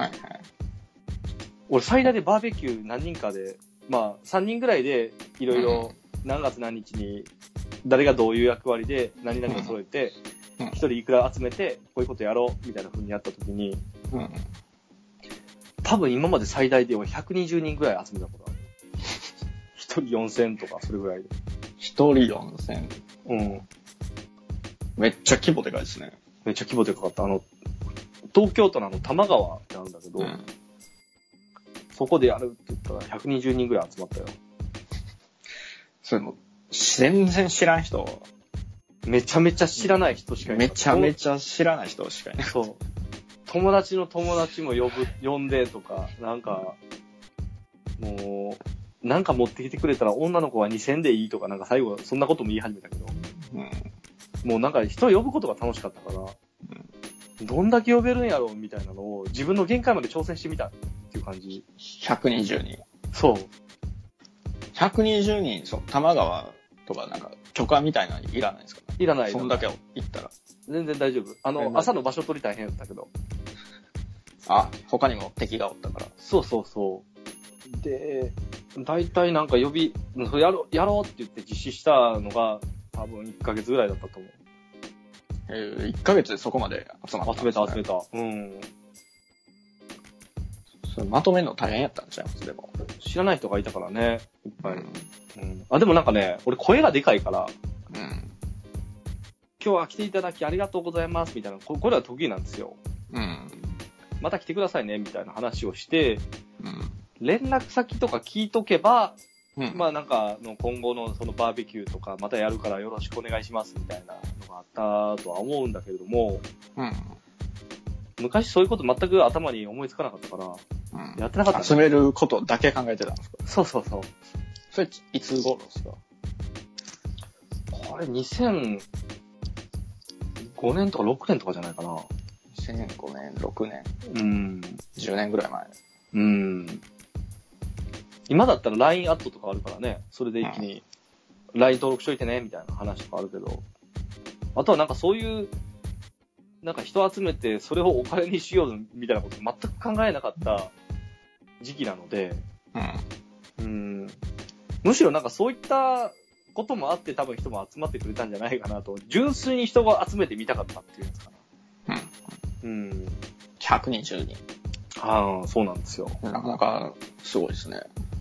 俺最大でバーベキュー何人かで、3人ぐらいで、いろいろ何月何日に、誰がどういう役割で何々を揃えて、一人いくら集めて、こういうことやろう、みたいな風にやった時に、多分今まで最大で俺120人ぐらい集めたことある。一人4000とか、それぐらいで。 一人4000。めっちゃ規模でかいですね。 めっちゃ規模でかかった。東京都の多摩川ってあるんだけど、そこでやるって言ったら120人ぐらい集まったよ。 それも、全然知らん人。 めちゃめちゃ知らない人しかいない。 めちゃめちゃ知らない人しかいない。 そう。友達の友達も呼んでとか、もう、持ってきてくれたら女の子は2000でいいとか、最後そんなことも言い始めたけど、もう人を呼ぶことが楽しかったから、どんだけ呼べるんやろうみたいなのを自分の限界まで挑戦してみたっていう感じ。 120人。 そう。 120人、多摩川とか許可みたいなのいらないですか？ いらない。 そんだけ行ったら。 全然大丈夫。朝の場所取り大変だったけど。 他にも敵がおったから。 そう。で、大体やろうって言って実施したのが多分1ヶ月ぐらいだったと思う。 1ヶ月でそこまで集まったんですね。 集めた。 それまとめるの大変やったんちゃいます？でも。 知らない人がいたからね、いっぱい。でも俺声がでかいから、今日は来ていただきありがとうございますみたいな、これは得意なんですよ。また来てくださいねみたいな話をして、 連絡先とか聞いとけば、 うん。 まあなんか今後のそのバーベキューとかまたやるからよろしくお願いしますみたいなのがあったとは思うんだけれども、 うん。 昔そういうこと全く頭に思いつかなかったから、 うん。 やってなかった、ね。 集めることだけ考えてたんですか？ そうそうそう。 それ、いつ頃ですか？ これ2005年とか6年とかじゃないかな。 2005年、6年、10年ぐらい前。 今だったら LINE アットとかあるからね、それで一気に LINE 登録しといてね、みたいな話とかあるけど、あとはなんかそういう、なんか人集めてそれをお金にしようみたいなこと全く考えなかった時期なので、むしろなんかそういったこともあって多分人も集まってくれたんじゃないかなと、純粋に人が集めてみたかったっていうやつかな。 120人。 ああ、そうなんですよ。 なかなかすごいですね。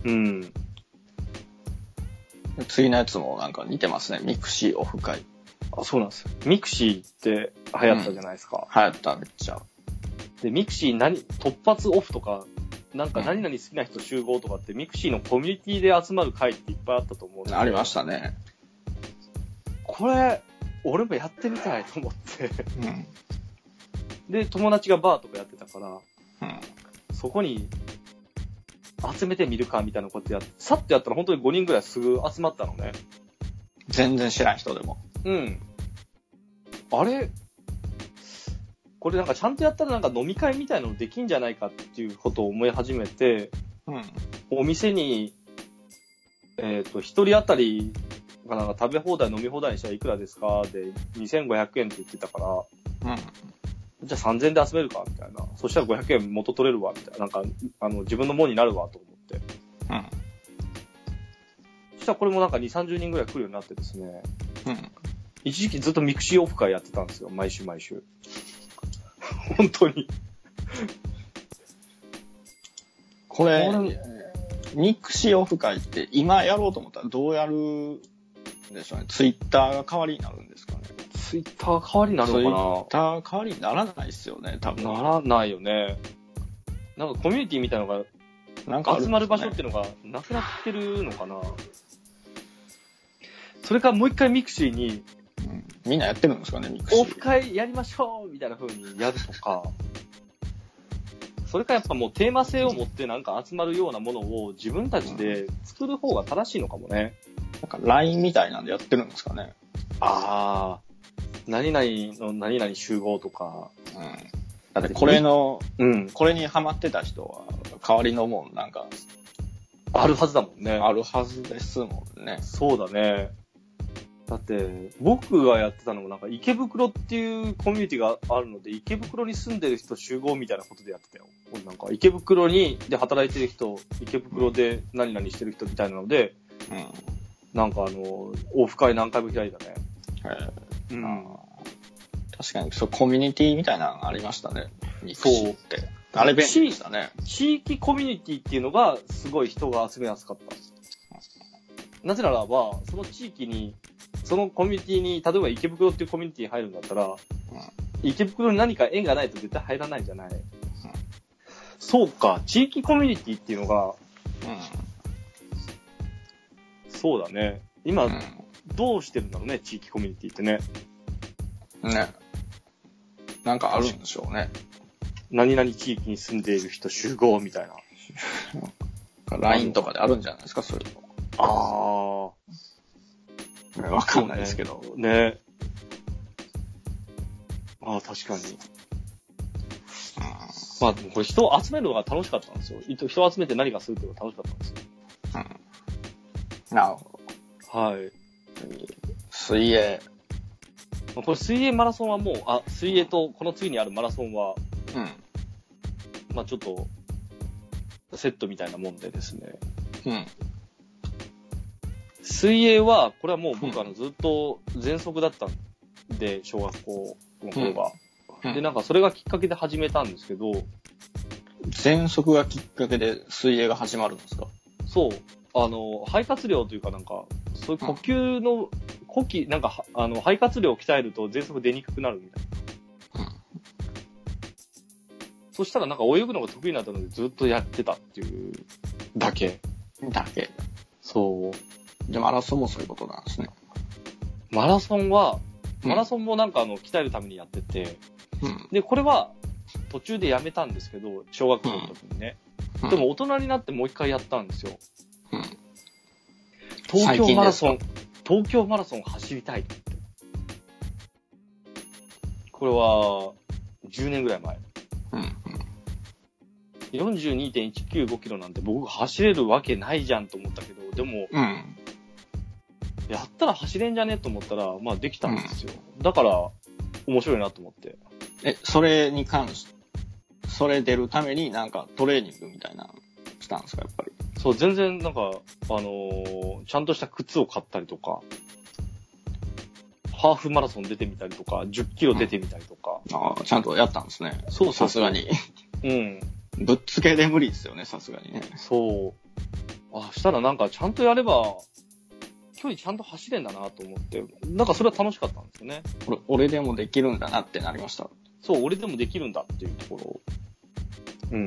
次のやつもなんか似てますね。ミクシーオフ会。 あ、そうなんですよ。ミクシーって流行ったじゃないですか。 流行った、めっちゃ。 で、ミクシー突発オフとか、なんか何々好きな人集合とかって、ミクシーのコミュニティで集まる会っていっぱいあったと思うんで。 ありましたね。 これ、俺もやってみたいと思って。で、友達がバーとかやってたから、そこに集めてみるかみたいなことやって、さっとやったら本当に5人ぐらいすぐ集まったのね。 全然知らん人でも。 あれこれなんかちゃんとやったらなんか飲み会みたいなのできんじゃないかっていうことを思い始めて、お店に、一人当たりなんか食べ放題飲み放題にしたらいくらですかで2500円って言ってたから、じゃあ3000円で集めるかみたいな。そしたら500円元取れるわみたいな。なんか自分のもんになるわと思って。そしたらこれもなんか2、30人ぐらい来るようになってですね。一時期ずっとミクシーオフ会やってたんですよ。毎週。本当に。 これ、ミクシーオフ会って今やろうと思ったらどうやるんでしょうね。ツイッターが代わりになるんですかね。 ツイッター代わりになるのかな？ ツイッター代わりにならないですよね、多分。 ならないよね。なんかコミュニティみたいなのが、なんか集まる場所っていうのがなくなってるのかな。それからもう一回ミクシーに、 みんなやってるんですかね、ミクシー。 オフ会やりましょうみたいな風にやるとか、それからやっぱもうテーマ性を持ってなんか集まるようなものを自分たちで作る方が正しいのかもね。 なんか LINE みたいなんでやってるんですかね。 何々の何々集合とか。 だってこれにハマってた人は代わりのもんなんかあるはずだもんね。 あるはずですもんね。 そうだね。だって僕がやってたのもなんか池袋っていうコミュニティがあるので、池袋に住んでる人集合みたいなことでやってたよ。なんか池袋で働いてる人、池袋で何々してる人みたいなので、なんかオフ会何回も開いたね。 確かにそうコミュニティみたいなのがありましたね。そうって。あれ便利でしたね。 地域コミュニティっていうのがすごい人が集めやすかった。なぜならば、その地域に、そのコミュニティに、例えば池袋っていうコミュニティに入るんだったら、池袋に何か縁がないと絶対入らないじゃない。そうか、地域コミュニティっていうのが、そうだね。今、どうしてるんだろうね、地域コミュニティってね。 なんかあるんでしょうね。 何々地域に住んでいる人集合みたいな。LINE とかであるんじゃないですか、そういうの。わかんないですけど。 ね。確かに。まあ、これ人を集めるのが楽しかったんですよ。人を集めて何かするっていうのが楽しかったんですよ。 なるほど。はい。 水泳。 これ水泳マラソンはもう、水泳とこの次にあるマラソンは、まあちょっと、セットみたいなもんでですね。水泳は、これはもう僕ずっと全速だったんで、小学校の頃が。で、なんかそれがきっかけで始めたんですけど。 全速がきっかけで水泳が始まるんですか？ そう。肺活量というかなんか、そういう呼吸の、なんか、肺活量を鍛えると全速出にくくなるみたいな。そしたらなんか泳ぐのが得意になったのでずっとやってたっていうだけ。そう。 で、マラソンもそういうことなんですね。 マラソンもなんか鍛えるためにやってて、 うん。 で、これは途中でやめたんですけど、小学校の時にね。 うん、 でも大人になってもう一回やったんですよ。 うん。 東京マラソン走りたいって。これは10年ぐらい前。 うん。 42.195 キロなんて僕走れるわけないじゃんと思ったけど、でも、 うん。 やったら走れんじゃねと思ったら、まあできたんですよ。だから、面白いなと思って。 それに関して、それ出るためになんかトレーニングみたいなのしたんですか、やっぱり。 そう、全然なんか、ちゃんとした靴を買ったりとか、ハーフマラソン出てみたりとか、10キロ出てみたりとか。 ああ、ちゃんとやったんですね。 そうさすがに。 うん。 ぶっつけで無理ですよね、さすがにね。 そう。あ、したらなんかちゃんとやれば、距離ちゃんと走れんだなと思って、なんかそれは楽しかったんですよね。 俺でもできるんだなってなりました。 そう、俺でもできるんだっていうところ。うん。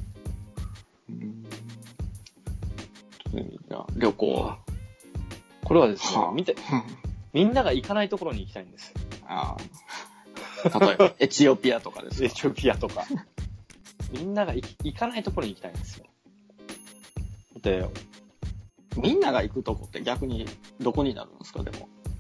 じゃあ旅行。 これはですね、みんなが行かないところに行きたいんです。 ああ。例えば、エチオピアとかですか？ エチオピアとか。みんなが行かないところに行きたいんですよ。で、 みんなが行くとこって逆にどこになるんですか、で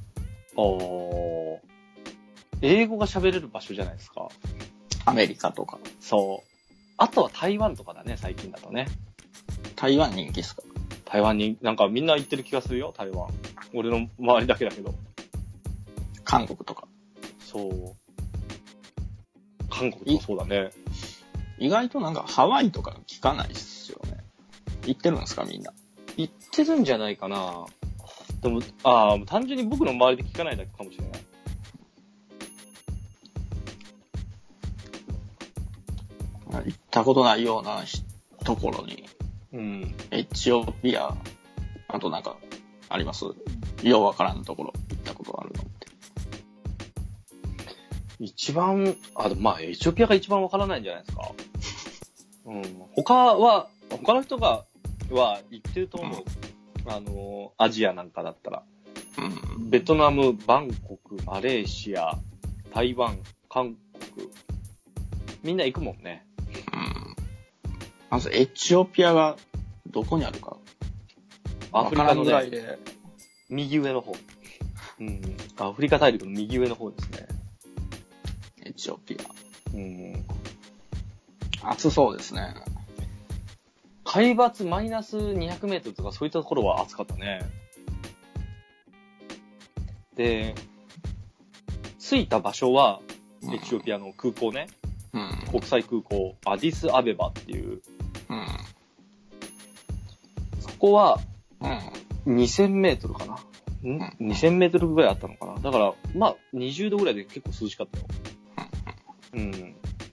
も。 英語が喋れる場所じゃないですか。 アメリカとか。 そう。あとは台湾とかだね、最近だとね。 台湾人気っすか？ 台湾に、なんかみんな行ってる気がするよ、台湾。俺の周りだけだけど。 韓国とか。 そう。韓国とかそうだね。 意外となんかハワイとか聞かないっすよね。行ってるんですか、みんな。 行ってるんじゃないかな。でも、単純に僕の周りで聞かないだけかもしれない。 行ったことないようなところに。 うん。 エチオピア、あとなんか、あります？ようわからんところ行ったことあるのって。 一番、まあ、エチオピアが一番わからないんじゃないですか。うん。他の人は行ってると思う。アジアなんかだったら。 うん。 ベトナム、バンコク、マレーシア、台湾、韓国。みんな行くもんね。 うん。まず、エチオピアがどこにあるか。 アフリカのぐらいで。 右上の方。うん。アフリカ大陸の右上の方ですね。 エチオピア。うん。 暑そうですね。 海抜マイナス200メートルとかそういったところは暑かったね。で、着いた場所は、エチオピアの空港ね。 うん。 国際空港、アディスアベバっていう。 うん。 そこは、 うん。 2000メートルかな。2000メートルぐらいあったのかな。だから、まあ、20度ぐらいで結構涼しかったよ。うん。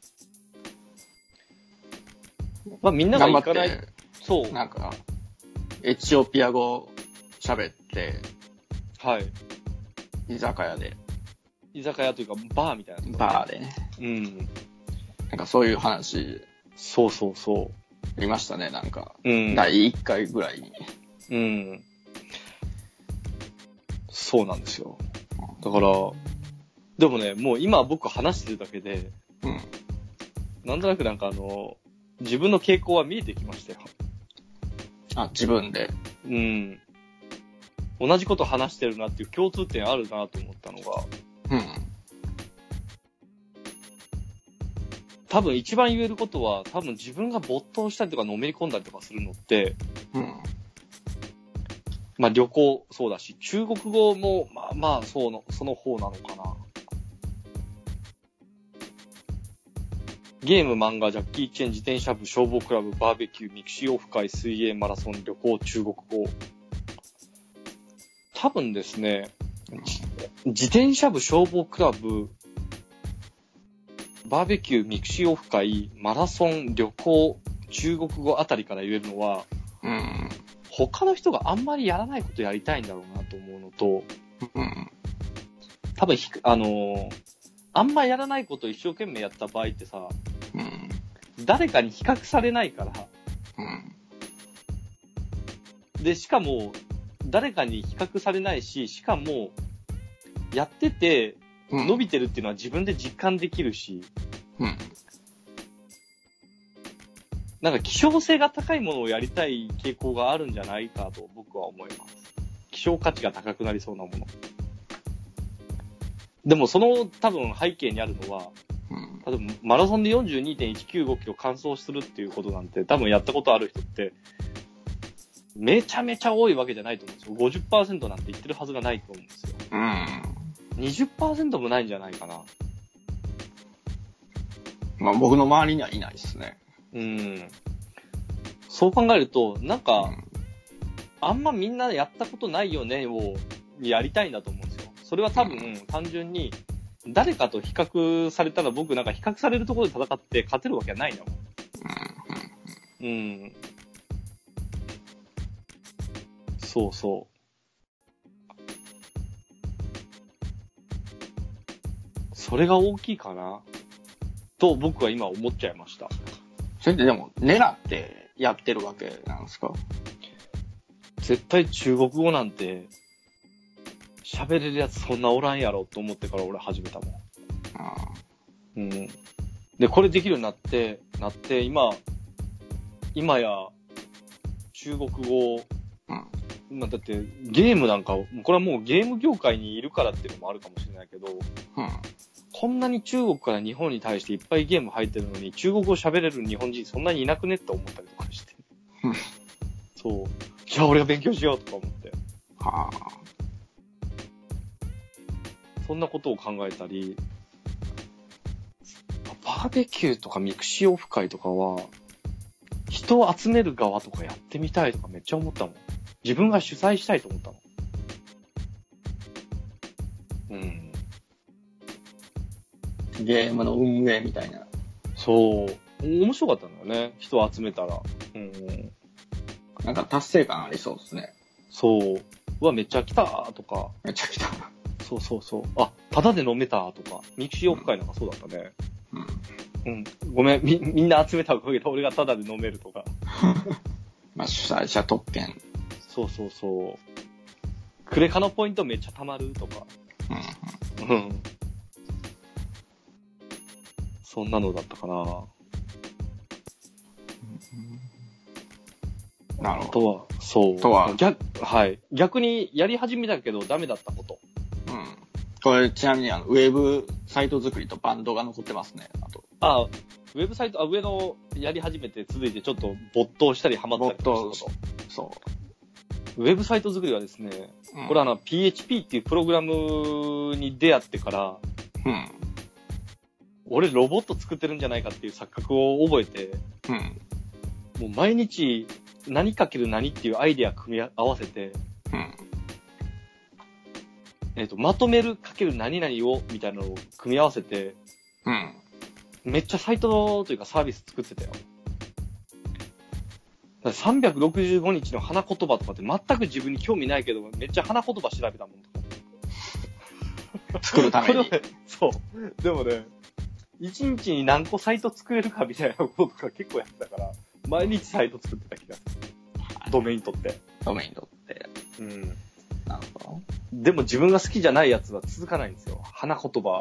まあ、みんなが行かない。そう。 なんか、エチオピア語喋って、 はい。 居酒屋で。 居酒屋というか、バーみたいな、ね。 バーでね。 うん。 なんかそういう話。 そうそうそう。 いましたね、なんか。 うん。 第1回ぐらいに。 うん。そうなんですよ。だから、でもね、もう今僕話してるだけで、 うん。 なんとなくなんか自分の傾向は見えてきましたよ。 あ、自分で。 うん。同じこと話してるなっていう共通点あるなと思ったのが、 うん。 多分一番言えることは、多分自分が没頭したりとかのめり込んだりとかするのって、 うん。 まあ旅行そうだし、中国語もまあその方なのかな。ゲーム、漫画、ジャッキー・チェン、自転車部、消防クラブ、バーベキュー、ミクシーオフ会、水泳、マラソン、旅行、中国語。多分ですね、自転車部、消防クラブ、バーベキュー、ミクシーオフ会、マラソン、旅行、中国語あたりから言えるのは、 うん。 他の人があんまりやらないことやりたいんだろうなと思うのと、 うん。 多分あんまやらないことを一生懸命やった場合ってさ、 うん。 誰かに比較されないから、 うん。 で、しかも、誰かに比較されないし、しかも、やってて、伸びてるっていうのは自分で実感できるし、 うん。 なんか希少性が高いものをやりたい傾向があるんじゃないかと僕は思います。希少価値が高くなりそうなもの。でもその多分背景にあるのは、例えばマラソンで 42.195 キロ完走するっていうことなんて多分やったことある人ってめちゃめちゃ多いわけじゃないと思うんですよ。50% なんて言ってるはずがないと思うんですよ。20% もないんじゃないかな。 まあ僕の周りにはいないですね。 そう考えると、なんか、あんまみんなやったことないよねをやりたいんだと思うんですよ。それは多分、単純に、誰かと比較されたら僕なんか比較されるところで戦って勝てるわけはないんだもん。そうそう。それが大きいかな。と僕は今思っちゃいました。 それってでも狙ってやってるわけなんですか？ 絶対中国語なんて喋れるやつそんなおらんやろと思ってから俺始めたもん。で、これできるようになって、今や中国語、だってゲームなんか、これはもうゲーム業界にいるからっていうのもあるかもしれないけど、こんなに中国から日本に対していっぱいゲーム入ってるのに中国語喋れる日本人そんなにいなくねって思ったりとかして。そう。じゃあ俺が勉強しようとか思って。そんなことを考えたり、バーベキューとかミクシーオフ会とかは、人を集める側とかやってみたいとかめっちゃ思ったもん。自分が主催したいと思ったの。 ゲームの運営みたいな。 そう。面白かったんだよね。人を集めたら。 なんか達成感ありそうですね。 そう。うわ、めっちゃ来たーとか。 めっちゃ来た。 そうそうそう。あ、タダで飲めたーとか。ミクシーオフ会なんかそうだったね。ごめん、みんな集めたおかげで俺がタダで飲めるとか。 まあ主催者特権。 そうそうそう。クレカのポイントめっちゃ貯まるとか。そんなのだったかな。 なるほど。 はい。逆にやり始めたけどダメだったこと。 これちなみにウェブサイト作りとバンドが残ってますね。 ウェブサイト、上のやり始めて続いてちょっと没頭したりハマったりとかしたこと。そう。ウェブサイト作りはですね、これPHP っていうプログラムに出会ってから、俺ロボット作ってるんじゃないかっていう錯覚を覚えて、もう毎日何かける何っていうアイデア組み合わせて、まとめるかける何々をみたいなのを組み合わせて、めっちゃサイトというかサービス作ってたよ。だから365日の花言葉とかって全く自分に興味ないけど、めっちゃ花言葉調べたもんとか。 作るために。 そう。でもね、1日に何個サイト作れるかみたいなこととか結構やってたから、毎日サイト作ってた気がする。ドメイン取って。 なるほど。 でも自分が好きじゃないやつは続かないんですよ。花言葉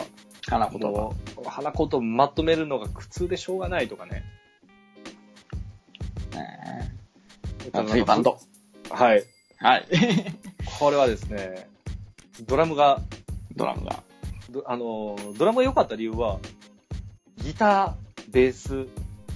まとめるのが苦痛でしょうがないとかね。 バンド。 はい。これはですね、ドラムが良かった理由は、ギター、ベース、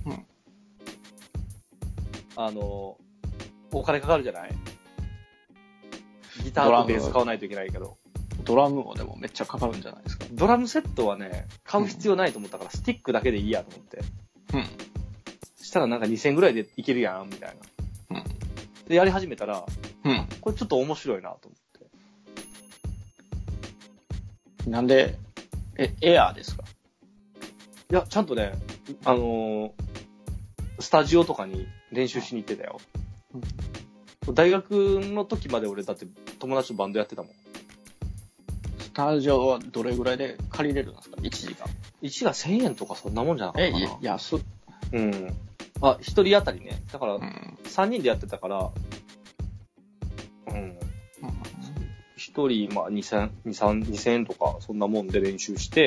お金かかるじゃない？ギターとベース買わないといけないけど。 ドラムもでもめっちゃかかるんじゃないですか。 ドラムセットはね、買う必要ないと思ったから、スティックだけでいいやと思って。したらなんか2000円ぐらいでいけるやん、みたいな。で、やり始めたら、これちょっと面白いなと思って。 なんで、エアーですか？ いや、ちゃんとね、スタジオとかに練習しに行ってたよ。大学の時まで俺だって友達とバンドやってたもん。 スタジオはどれぐらいで借りれるんですか？ 1 時間。 1時間1000円とかそんなもんじゃなかったかな。 安っ。 1人当たりね。だから、3人でやってたから、 一人、まあ、2000円とか、そんなもんで練習して、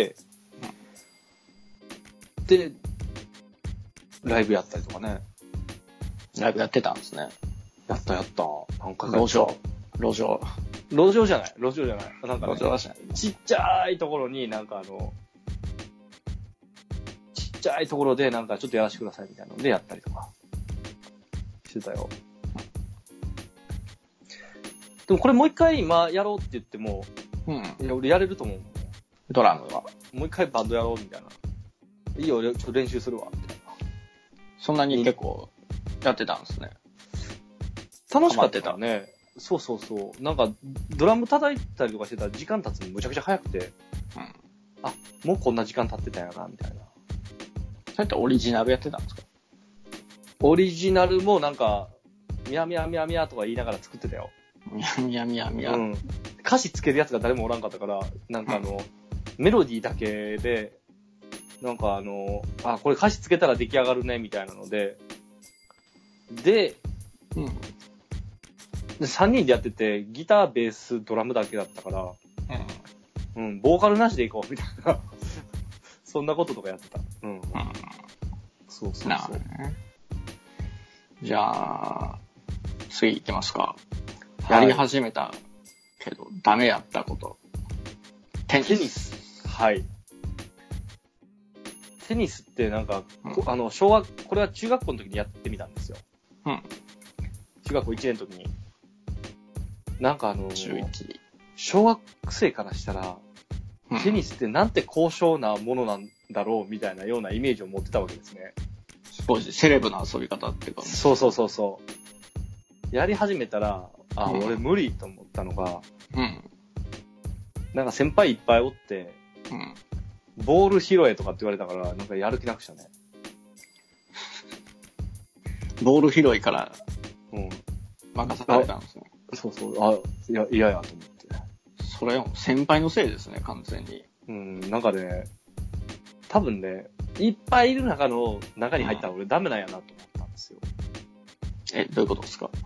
で、ライブやったりとかね。 ライブやってたんですね。 やった。なんか路上じゃない。なんか、ね、ちっちゃいところになんかちっちゃいところでなんかちょっとやらせてくださいみたいなのでやったりとかしてたよ。でもこれもう一回今やろうって言っても、いや俺やれると思う。 ドラムは。 もう一回バンドやろうみたいな。いいよ、ちょっと練習するわ、みたいな。 そんなに結構やってたんですね。 楽しかったね。そう。なんか、ドラム叩いたりとかしてたら時間経つのむちゃくちゃ早くて、あ、もうこんな時間経ってたんやな、みたいな。 そうやってオリジナルやってたんですか？ オリジナルもなんか、ミヤミヤミヤミヤとか言いながら作ってたよ。 ミヤミヤ。 歌詞つけるやつが誰もおらんかったから、なんかメロディーだけで、なんかこれ歌詞つけたら出来上がるね、みたいなので、で、3人でやってて、ギター、ベース、ドラムだけだったから、ボーカルなしでいこう、みたいな。そんなこととかやってた。そう。 じゃあ、次行きますか。やり始めたけど、ダメやったこと。テニス。 はい。テニスってなんか、これは中学校の時にやってみたんですよ。中学校1年の時に。なんか小学生からしたら、テニスってなんて高尚なものなんだろうみたいなようなイメージを持ってたわけですね。 セレブな遊び方ってか。 そう。やり始めたら、俺無理と思ったのが、なんか先輩いっぱいおって、ボール拾えとかって言われたから、なんかやる気なくしたね。 ボール拾いから、任されたんですね。 そう。嫌やと思って。 それ先輩のせいですね、完全に。 なんかね、多分ね、いっぱいいる中に入ったら俺ダメなんやなと思ったんですよ。 どういうことですか？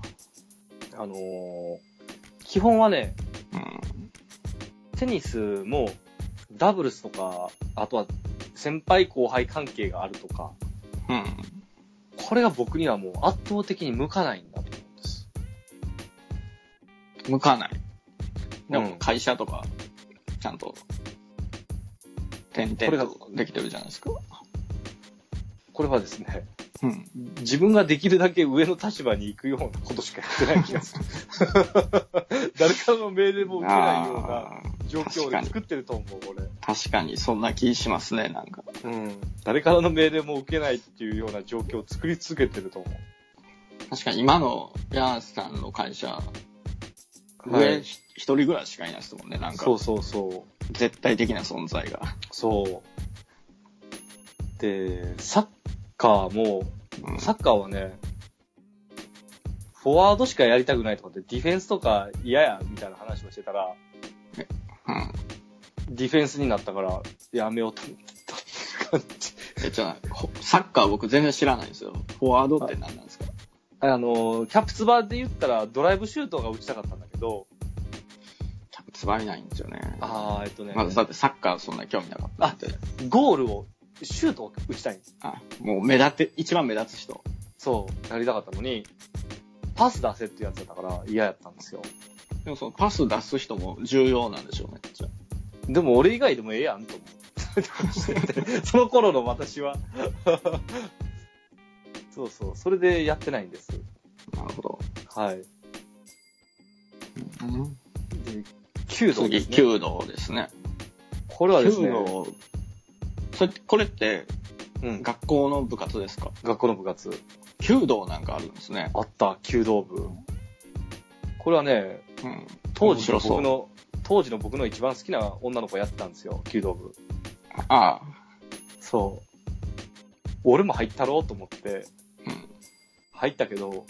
基本はね、テニスもダブルスとか、あとは先輩後輩関係があるとか、これが僕にはもう圧倒的に向かないんだと思うんです。 向かない。でも会社とか、ちゃんと、点々とできてるじゃないですか。 これはですね、自分ができるだけ上の立場に行くようなことしかやってない気がする。誰からの命令も受けないような状況で作ってると思う、俺。 確かに、そんな気しますね、なんか。 誰からの命令も受けないっていうような状況を作り続けてると思う。 確かに、今のヤースさんの会社、上一人ぐらいしかいないですもんね、なんか。 そう。 絶対的な存在が。 そう。で、サッカーはね、フォワードしかやりたくないとかって、ディフェンスとか嫌や、みたいな話をしてたら、ディフェンスになったから、やめようと思った感じ。 サッカー僕全然知らないんですよ。フォワードって何なんですか？ キャプツバで言ったらドライブシュートが打ちたかったんだけど、 キャプツバいないんですよね。まずだってサッカーそんな興味なかったんで。 ゴールを、シュートを打ちたいんです。 もう一番目立つ人。 そう、やりたかったのに、パス出せってやつだったから嫌やったんですよ。 でもそのパス出す人も重要なんでしょうね。 でも俺以外でもええやんと思って。その頃の私は。そう、それでやってないんです。 なるほど。 はい。で、弓道ですね。 弓道ですね。 これはですね。 これって、学校の部活ですか？ 学校の部活。 弓道なんかあるんですね。 あった、弓道部。これはね、当時の僕の一番好きな女の子やってたんですよ、弓道部。そう。俺も入ったろうと思って、入ったけど、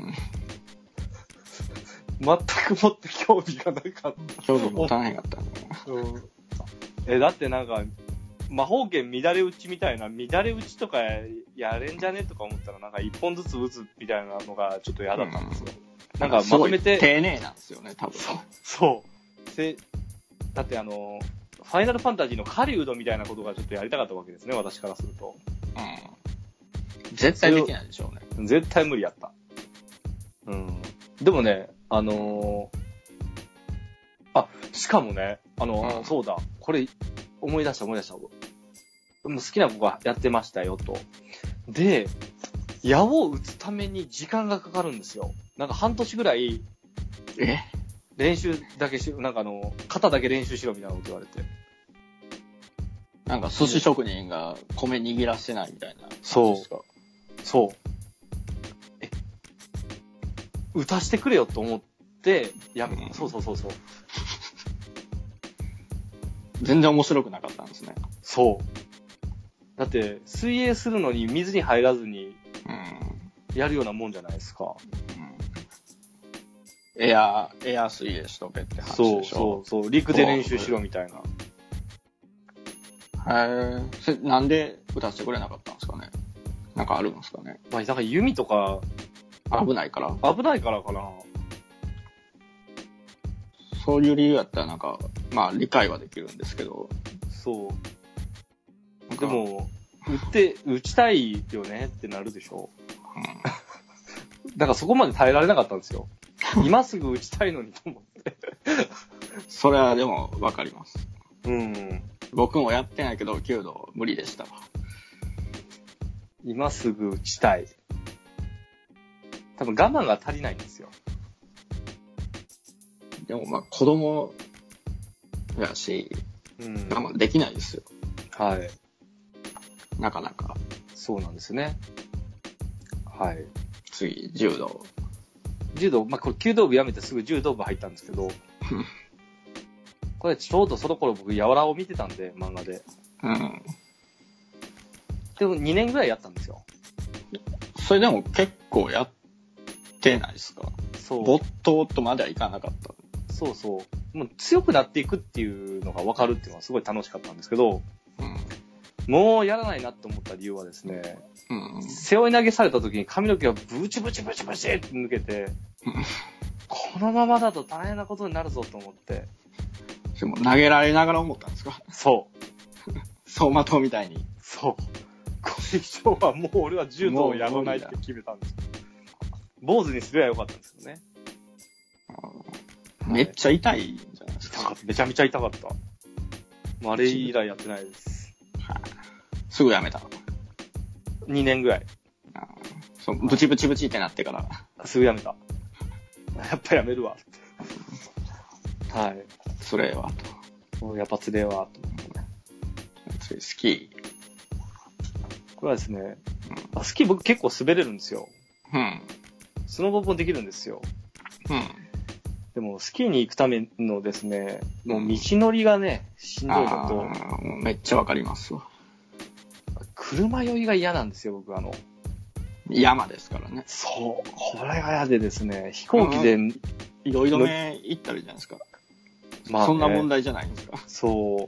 全くもって興味がなかった。 興味持たなかったね。だってなんか、魔法剣乱れ打ちみたいな、乱れ打ちとかやれんじゃねとか思ったらなんか一本ずつ打つみたいなのがちょっと嫌だったんですよ。 なんかまとめて。 丁寧なんですよね、多分。 そう。だってファイナルファンタジーの狩人みたいなことがちょっとやりたかったわけですね、私からすると。 うん。絶対できないでしょうね。 絶対無理やった。うん。でもね、しかもね、そうだ、これ、思い出した。好きな子がやってましたよ、と。で、矢を打つために時間がかかるんですよ。なんか半年ぐらい、練習だけなんか肩だけ練習しろみたいなこと言われて。 なんか寿司職人が米握らしてないみたいな。 そう。打たしてくれよと思って、そう。 全然面白くなかったんですね。 そう。だって、水泳するのに水に入らずに、やるようなもんじゃないですか。 エア水泳しとけって話でしょ。 そう。陸で練習しろみたいな。 それなんで打たせてくれなかったんですかね。なんかあるんですかね。 なんか弓とか、 危ないからかな。 そういう理由やったらなんか、まあ理解はできるんですけど。 そう。でも、打ちたいよねってなるでしょ。だからそこまで耐えられなかったんですよ。今すぐ打ちたいのにと思って。 それはでもわかります。 うん。 僕もやってないけど、弓道無理でしたわ。 今すぐ打ちたい。多分我慢が足りないんですよ。 でもまあ子供やし、我慢できないですよ。 はい。 なかなか。 そうなんですね。はい。 次、柔道。 まあ、これ弓道部辞めてすぐ柔道部入ったんですけど、これちょうどその頃僕、やわらを見てたんで、漫画で。でも2年ぐらいやったんですよ。 それでも結構やってないですか？ そう。 没頭とまではいかなかった。 そう。もう強くなっていくっていうのが分かるっていうのはすごい楽しかったんですけど、もうやらないなって思った理由はですね、背負い投げされた時に髪の毛がブチって抜けて、このままだと大変なことになるぞと思って。 でも投げられながら思ったんですか？ そう。 走馬灯みたいに。 そう。これ以上はもう俺は柔道をやらないって決めたんです。坊主にすればよかったんですけどね。 めっちゃ痛いんじゃないですか。 めちゃめちゃ痛かった。あれ以来やってないです。 すぐやめた。 2年ぐらい。 そう、ブチってなってから。 すぐやめた。やっぱやめるわ。はい。 つれえわと。やっぱつれえわと。 次、スキー。 これはですね、スキー僕結構滑れるんですよ。スノボもできるんですよ。でも、スキーに行くためのですね、もう道のりがね、しんどいのと。 めっちゃわかりますわ。 車酔いが嫌なんですよ、僕山ですからね。 そう。これが嫌でですね、飛行機で、 酔い止め行ったらいいじゃないですか。まあ、ね、そんな問題じゃないんですか。 そう。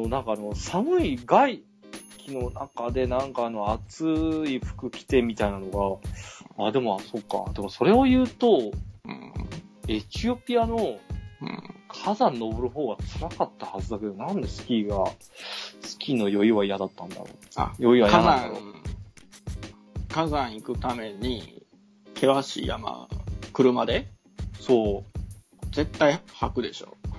なんか寒い外気の中でなんか暑い服着てみたいなのが、でも、そっか。でもそれを言うと、エチオピアの火山登る方が辛かったはずだけど、なんでスキーの余裕は嫌だったんだろう。余裕は嫌なんだろう。 火山行くために、険しい山、車でそう。 絶対履くでしょ。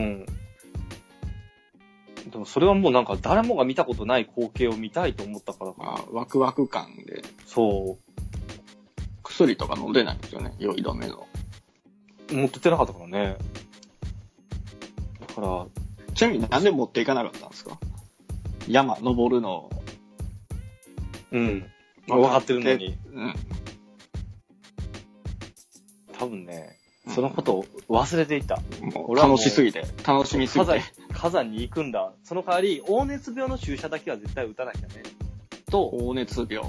でもそれはもうなんか誰もが見たことない光景を見たいと思ったからか。ワクワク感で。 そう。 薬とか飲んでないんですよね、酔い止めの。 持ってってなかったからね。だから。 ちなみになんで持っていかなかったんですか？山登るの。 分かってるのに。多分ね、そのことを忘れていた。 もう楽しみすぎて。 火山に行くんだ。その代わり、黄熱病の注射だけは絶対打たなきゃね。と、 黄熱病。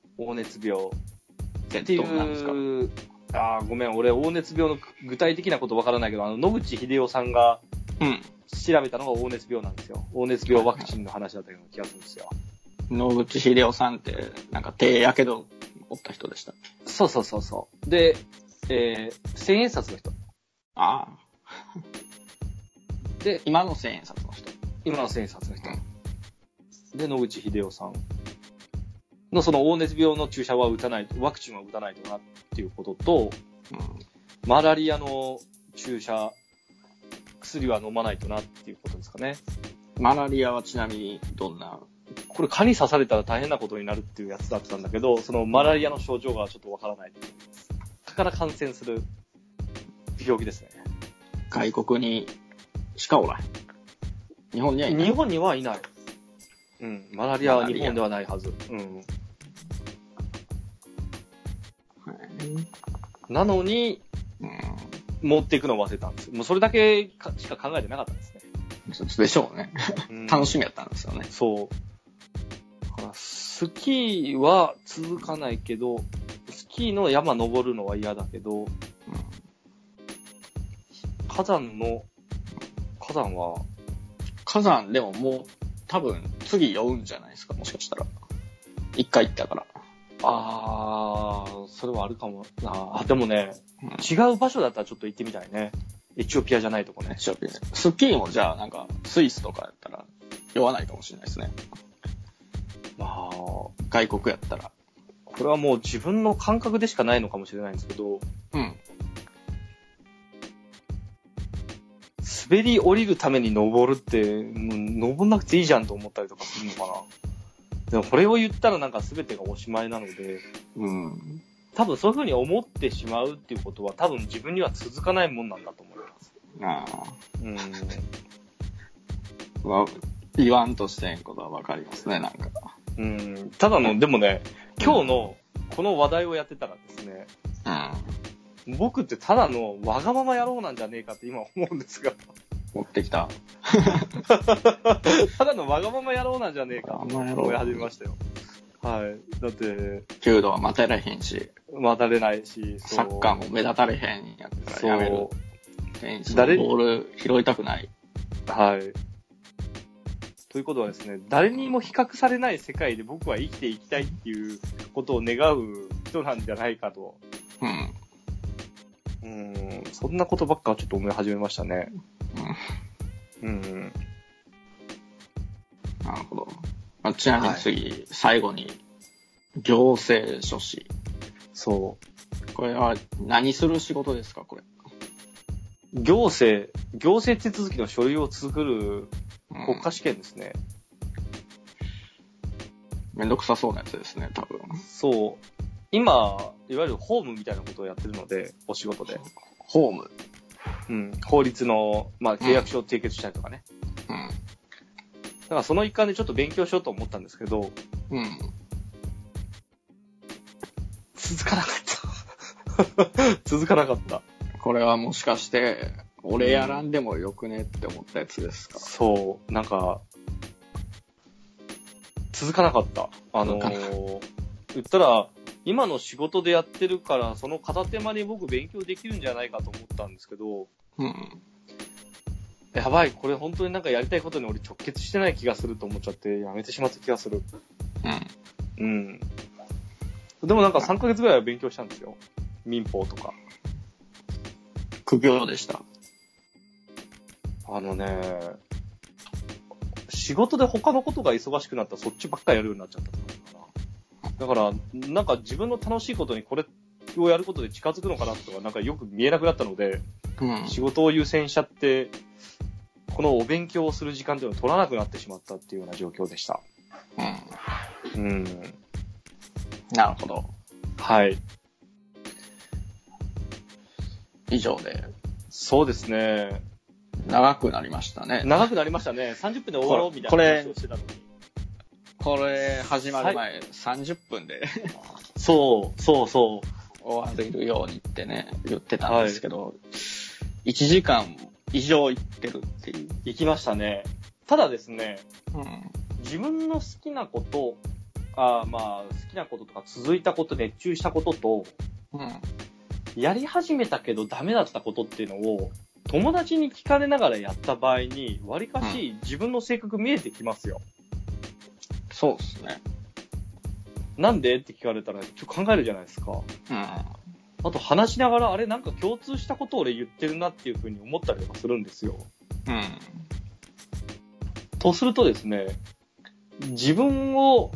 っていう、ごめん、俺、黄熱病の具体的なことわからないけど、野口英世さんが、調べたのが黄熱病なんですよ。黄熱病ワクチンの話だったような気がするんですよ。 野口英世さんって、なんか手やけど負った人でした。 そう。で、 千円札の人。 ああ。 で、 今の千円札の人。 今の千円札の人。で、野口英世さんのその黄熱病の注射は打たないと、ワクチンは打たないとなっていうことと、マラリアの注射、薬は飲まないとなっていうことですかね。 マラリアはちなみにどんな？ これ蚊に刺されたら大変なことになるっていうやつだったんだけど、そのマラリアの症状がちょっとわからないです。蚊から感染する病気ですね。 外国にしかおらへん。日本にはいない。 日本にはいない。うん。マラリアは日本ではないはず。うん。なのに、持っていくのを忘れたんですよ。もうそれだけしか考えてなかったんですね。 でしょうね。楽しみやったんですよね。 そう。だからスキーは続かないけど、スキーの山登るのは嫌だけど、火山でももう多分次酔うんじゃないですか、もしかしたら。一回行ったから。 それはあるかもな。でもね、違う場所だったらちょっと行ってみたいね。エチオピアじゃないとこね。 エチオピア。スキーもじゃあなんかスイスとかやったら酔わないかもしれないですね。 まあ、 外国やったら。 これはもう自分の感覚でしかないのかもしれないんですけど、滑り降りるために登るって、もう登んなくていいじゃんと思ったりとかするのかな。でもこれを言ったらなんか全てがおしまいなので、多分そういう風に思ってしまうっていうことは多分自分には続かないもんなんだと思います。 言わんとしてんことはわかりますね、なんか。 ただの、でもね、今日のこの話題をやってたらですね、僕ってただのわがまま野郎なんじゃねえかって今思うんですが。 持ってきた。 ただのわがまま野郎なんじゃねえかって思い始めましたよ。はい。だって、 弓道は待たれへんし。 待たれないし、 サッカーも目立たれへんやったらやめる。テニスのボール拾いたくない。 はい。ということはですね、誰にも比較されない世界で僕は生きていきたいっていうことを願う人なんじゃないかと。そんなことばっかちょっと思い始めましたね。 なるほど。ちなみに次、最後に、行政書士。 そう。 これは何する仕事ですか、これ。 行政手続きの書類を作る国家試験ですね。 めんどくさそうなやつですね、多分。 そう。今、いわゆる法務みたいなことをやってるので、お仕事で。 法務？ 法律の、契約書を締結したりとかね。だからその一環でちょっと勉強しようと思ったんですけど、続かなかった。続かなかった。 これはもしかして、俺やらんでもよくねって思ったやつですか？ そう、なんか、続かなかった。言ったら、今の仕事でやってるから、その片手間に僕勉強できるんじゃないかと思ったんですけど、やばい、これ本当になんかやりたいことに俺直結してない気がすると思っちゃってやめてしまった気がする。でもなんか3ヶ月ぐらいは勉強したんですよ。民法とか。 苦行でした。 仕事で他のことが忙しくなったらそっちばっかりやるようになっちゃったと思うかな。だから、なんか自分の楽しいことにこれをやることで近づくのかなとか、なんかよく見えなくなったので、仕事を優先しちゃって、このお勉強をする時間というのを取らなくなってしまったっていうような状況でした。 なるほど。 はい。 以上で。 そうですね。 長くなりましたね。 長くなりましたね。30分で終わろうみたいな話をしてたのに。 これ始まる前、30分でそう終わるようにってね、言ってたんですけど、1時間以上行ってるっていう。 行きましたね。ただですね、自分の好きなこと、好きなこととか続いたこと、熱中したことと、やり始めたけどダメだったことっていうのを友達に聞かれながらやった場合に、わりかし自分の性格見えてきますよ。 そうですね。 なんでって聞かれたらちょっと考えるじゃないですか。 あと話しながら、あれなんか共通したことを俺言ってるなっていう風に思ったりとかするんですよ。 うん。 とするとですね、自分を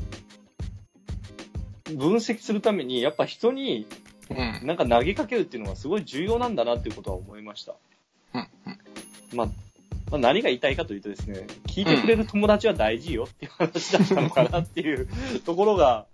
分析するために、やっぱ人になんか投げかけるっていうのがすごい重要なんだなっていうことは思いました。まあ、何が言いたいかというとですね、聞いてくれる友達は大事よっていう話だったのかなっていうところが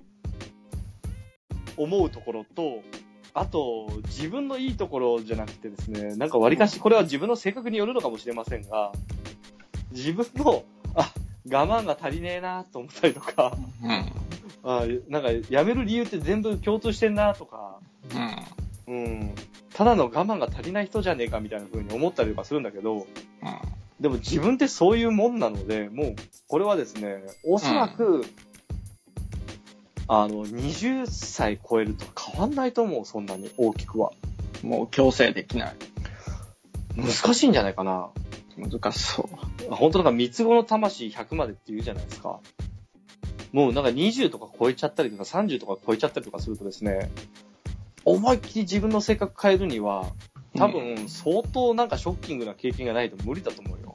思うところと、あと、自分のいいところじゃなくてですね、なんか割かしこれは自分の性格によるのかもしれませんが、自分の、我慢が足りねえなと思ったりとか、なんかやめる理由って全部共通してんなとか、ただの我慢が足りない人じゃねえかみたいな風に思ったりとかするんだけど、でも自分ってそういうもんなので、もうこれはですね、おそらく、20歳超えると変わんないと思う、そんなに大きくは。 もう強制できない。 難しいんじゃないかな。 難しそう。 本当なんか三つ子の魂100までって言うじゃないですか。もうなんか20とか超えちゃったりとか30とか超えちゃったりとかするとですね、思いっきり自分の性格変えるには、多分相当なんかショッキングな経験がないと無理だと思うよ。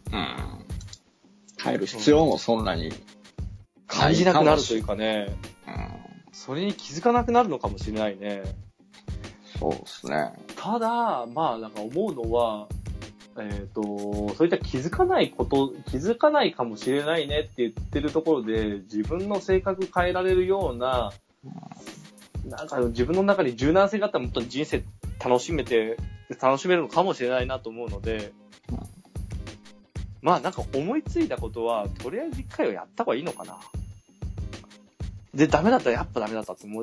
変える必要もそんなに感じなくなるというかね、それに気づかなくなるのかもしれないね。 そうですね。 ただ、まあなんか思うのは、そういった気づかないかもしれないねって言ってるところで、自分の性格変えられるような、なんか自分の中に柔軟性があったらもっと人生楽しめるのかもしれないなと思うので、まあなんか思いついたことは、とりあえず一回はやった方がいいのかな。で、ダメだったらやっぱダメだったと思って、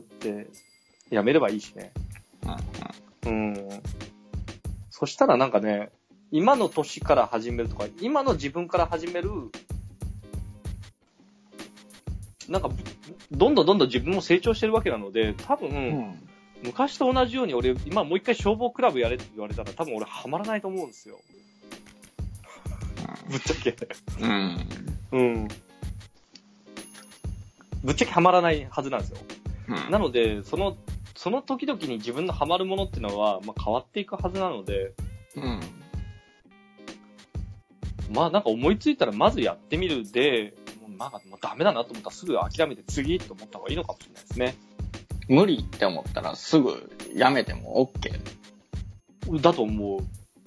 やめればいいしね。そしたらなんかね、今の年から始めるとか、今の自分から始める、なんか、どんどん自分も成長してるわけなので、多分、昔と同じように俺、今もう一回消防クラブやれって言われたら多分俺ハマらないと思うんですよ。ぶっちゃけ。ぶっちゃけハマらないはずなんですよ。なので、その時々に自分のハマるものっていうのは、まあ、変わっていくはずなので、まあなんか思いついたらまずやってみるで、なんかもうダメだなと思ったらすぐ諦めて次と思った方がいいのかもしれないですね。 無理って思ったらすぐやめても OK だと思う。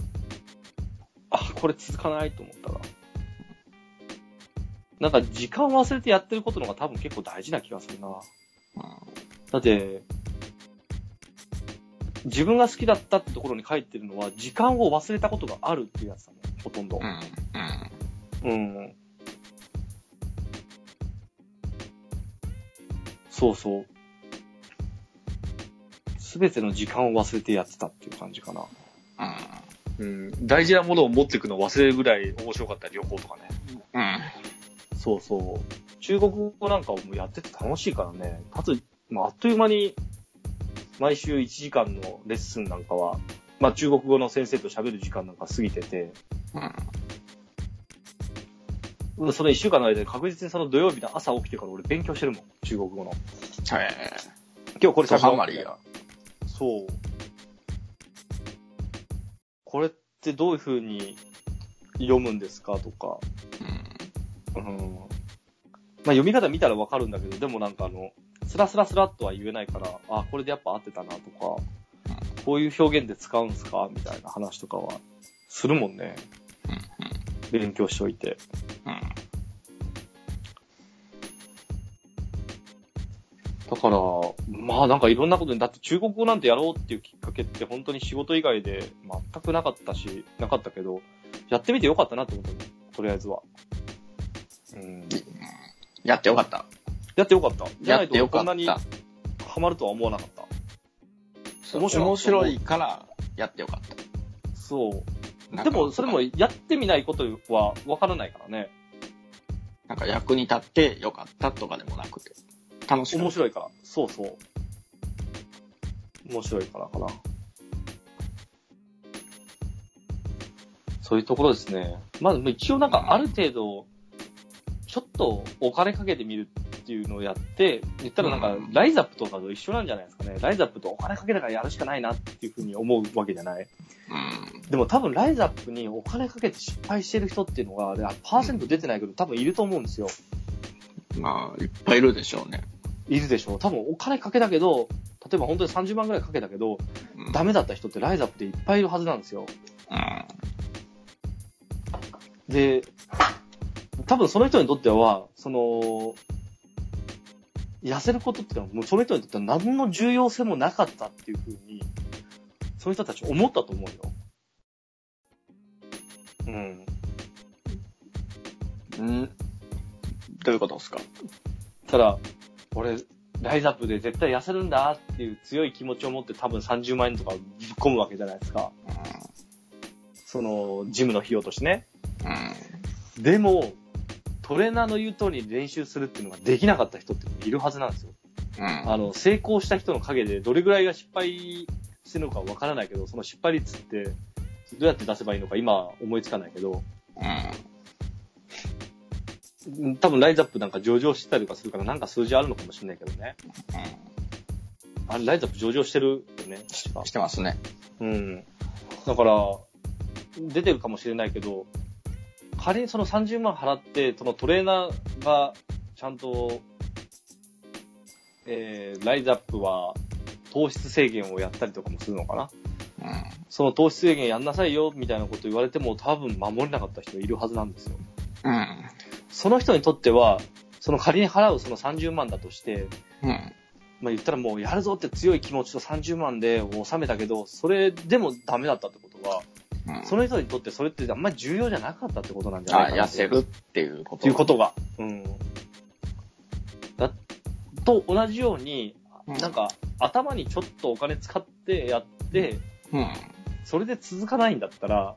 これ続かないと思ったら。なんか時間忘れてやってることの方が多分結構大事な気がするな。だって、自分が好きだったってところに書いてるのは、時間を忘れたことがあるっていうやつだもん、ほとんど。そうそう。すべての時間を忘れてやってたっていう感じかな。大事なものを持っていくのを忘れるぐらい面白かった旅行とかね。そうそう。中国語なんかもやってて楽しいからね。あっという間に、毎週1時間のレッスンなんかは、まあ中国語の先生と喋る時間なんか過ぎてて、その1週間の間で確実にその土曜日の朝起きてから俺勉強してるもん、中国語の。今日これハマりや。 そう。これってどういう風に読むんですかとか。まあ読み方見たらわかるんだけど、でもなんかスラスラスラっとは言えないから、これでやっぱ合ってたなとか、こういう表現で使うんすかみたいな話とかはするもんね。勉強しといて。だから、まあなんかいろんなことに、だって中国語なんてやろうっていうきっかけって本当に仕事以外で全くなかったけど、やってみてよかったなって思ったの、とりあえずは。 やってよかった。 やってよかった。じゃないとこんなにハマるとは思わなかった。 面白いからやってよかった。 そう。でもそれもやってみないことはわからないからね。 なんか役に立ってよかったとかでもなくて。楽しい。 面白いから。そうそう。面白いからかな。そういうところですね。まあ一応なんかある程度、ちょっとお金かけてみるってっていうのをやって、言ったらなんか、ライザップとかと一緒なんじゃないですかね。ライザップとお金かけながらやるしかないなっていうふうに思うわけじゃない。でも多分ライザップにお金かけて失敗してる人っていうのが、パーセント出てないけど多分いると思うんですよ。 まあ、いっぱいいるでしょうね。 いるでしょう。多分お金かけたけど、例えば本当に30万ぐらいかけたけど、ダメだった人ってライザップでいっぱいいるはずなんですよ。で、多分その人にとっては、痩せることってのは、もうその人にとっては何の重要性もなかったっていうふうに、その人たち思ったと思うよ。 どういうことですか？ ただ、俺、ライザップで絶対痩せるんだっていう強い気持ちを持って多分30万円とかぶっ込むわけじゃないですか。ジムの費用としてね。でも、トレーナーの言う通りに練習するっていうのができなかった人っているはずなんですよ。成功した人の陰でどれぐらいが失敗してるのかわからないけど、その失敗率ってどうやって出せばいいのか今思いつかないけど、多分ライザップなんか上場してたりとかするからなんか数字あるのかもしれないけどね。あれライザップ上場してるよね。 してますね。 だから、出てるかもしれないけど、仮にその30万払って、そのトレーナーがちゃんと、ライザップは糖質制限をやったりとかもするのかな。その糖質制限やんなさいよみたいなこと言われても多分守れなかった人いるはずなんですよ。その人にとっては、その仮に払うその30万だとして、まあ言ったらもうやるぞって強い気持ちと30万で収めたけど、それでもダメだったってことは、その人にとってそれってあんまり重要じゃなかったってことなんじゃないかな。 痩せるっていうこと。 っていうことが。と同じように、なんか頭にちょっとお金使ってやって、それで続かないんだったら、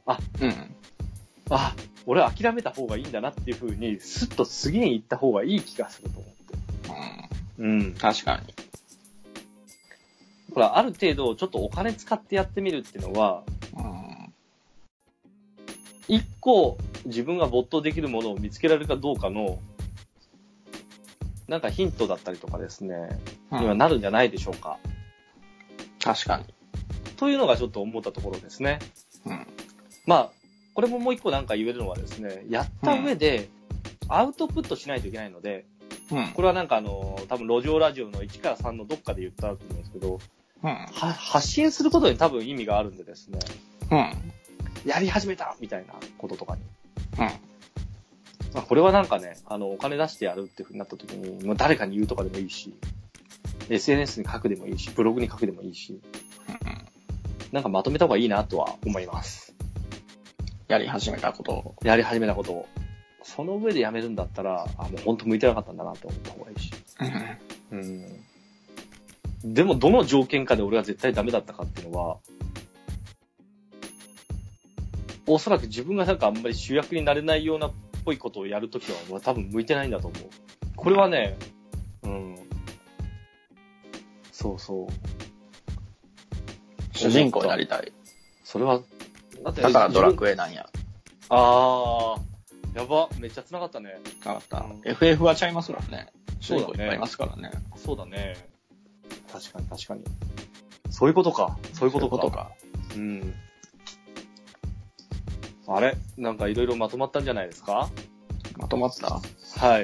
俺諦めた方がいいんだなっていう風に、スッと次に行った方がいい気がすると思って。 確かに。 ほら、ある程度ちょっとお金使ってやってみるっていうのは、一個自分が没頭できるものを見つけられるかどうかの、なんかヒントだったりとかですね、にはなるんじゃないでしょうか。 確かに。 というのがちょっと思ったところですね。まあ、これももう一個なんか言えるのはですね、やった上でアウトプットしないといけないので、これはなんか多分路上ラジオの1から3のどっかで言ったと思うんですけど、発信することに多分意味があるんでですね、やり始めたみたいなこととかに。これはなんかね、お金出してやるっていう風になった時に、もう誰かに言うとかでもいいし、SNS に書くでもいいし、ブログに書くでもいいし、なんかまとめた方がいいなとは思います。 やり始めたことを。 その上でやめるんだったら、もう本当向いてなかったんだなって思った方がいいし。でもどの条件下で俺は絶対ダメだったかっていうのは、おそらく自分がなんかあんまり主役になれないようなっぽいことをやるときは俺は多分向いてないんだと思う。これはね、そう。 主人公になりたい。 それは、 だからドラクエなんや。 やば、めっちゃ繋がったね。 繋がった。FF はちゃいますもんね。主人公いっぱいいますからね。 そうだね。確かに。そういうことか。あれなんかいろいろまとまったんじゃないですか？ まとまった？ はい。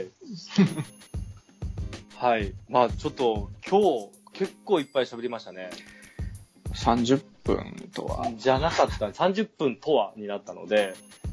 はい。まあちょっと今日結構いっぱい喋りましたね。 30分とは。 じゃなかった。30分とはになったので、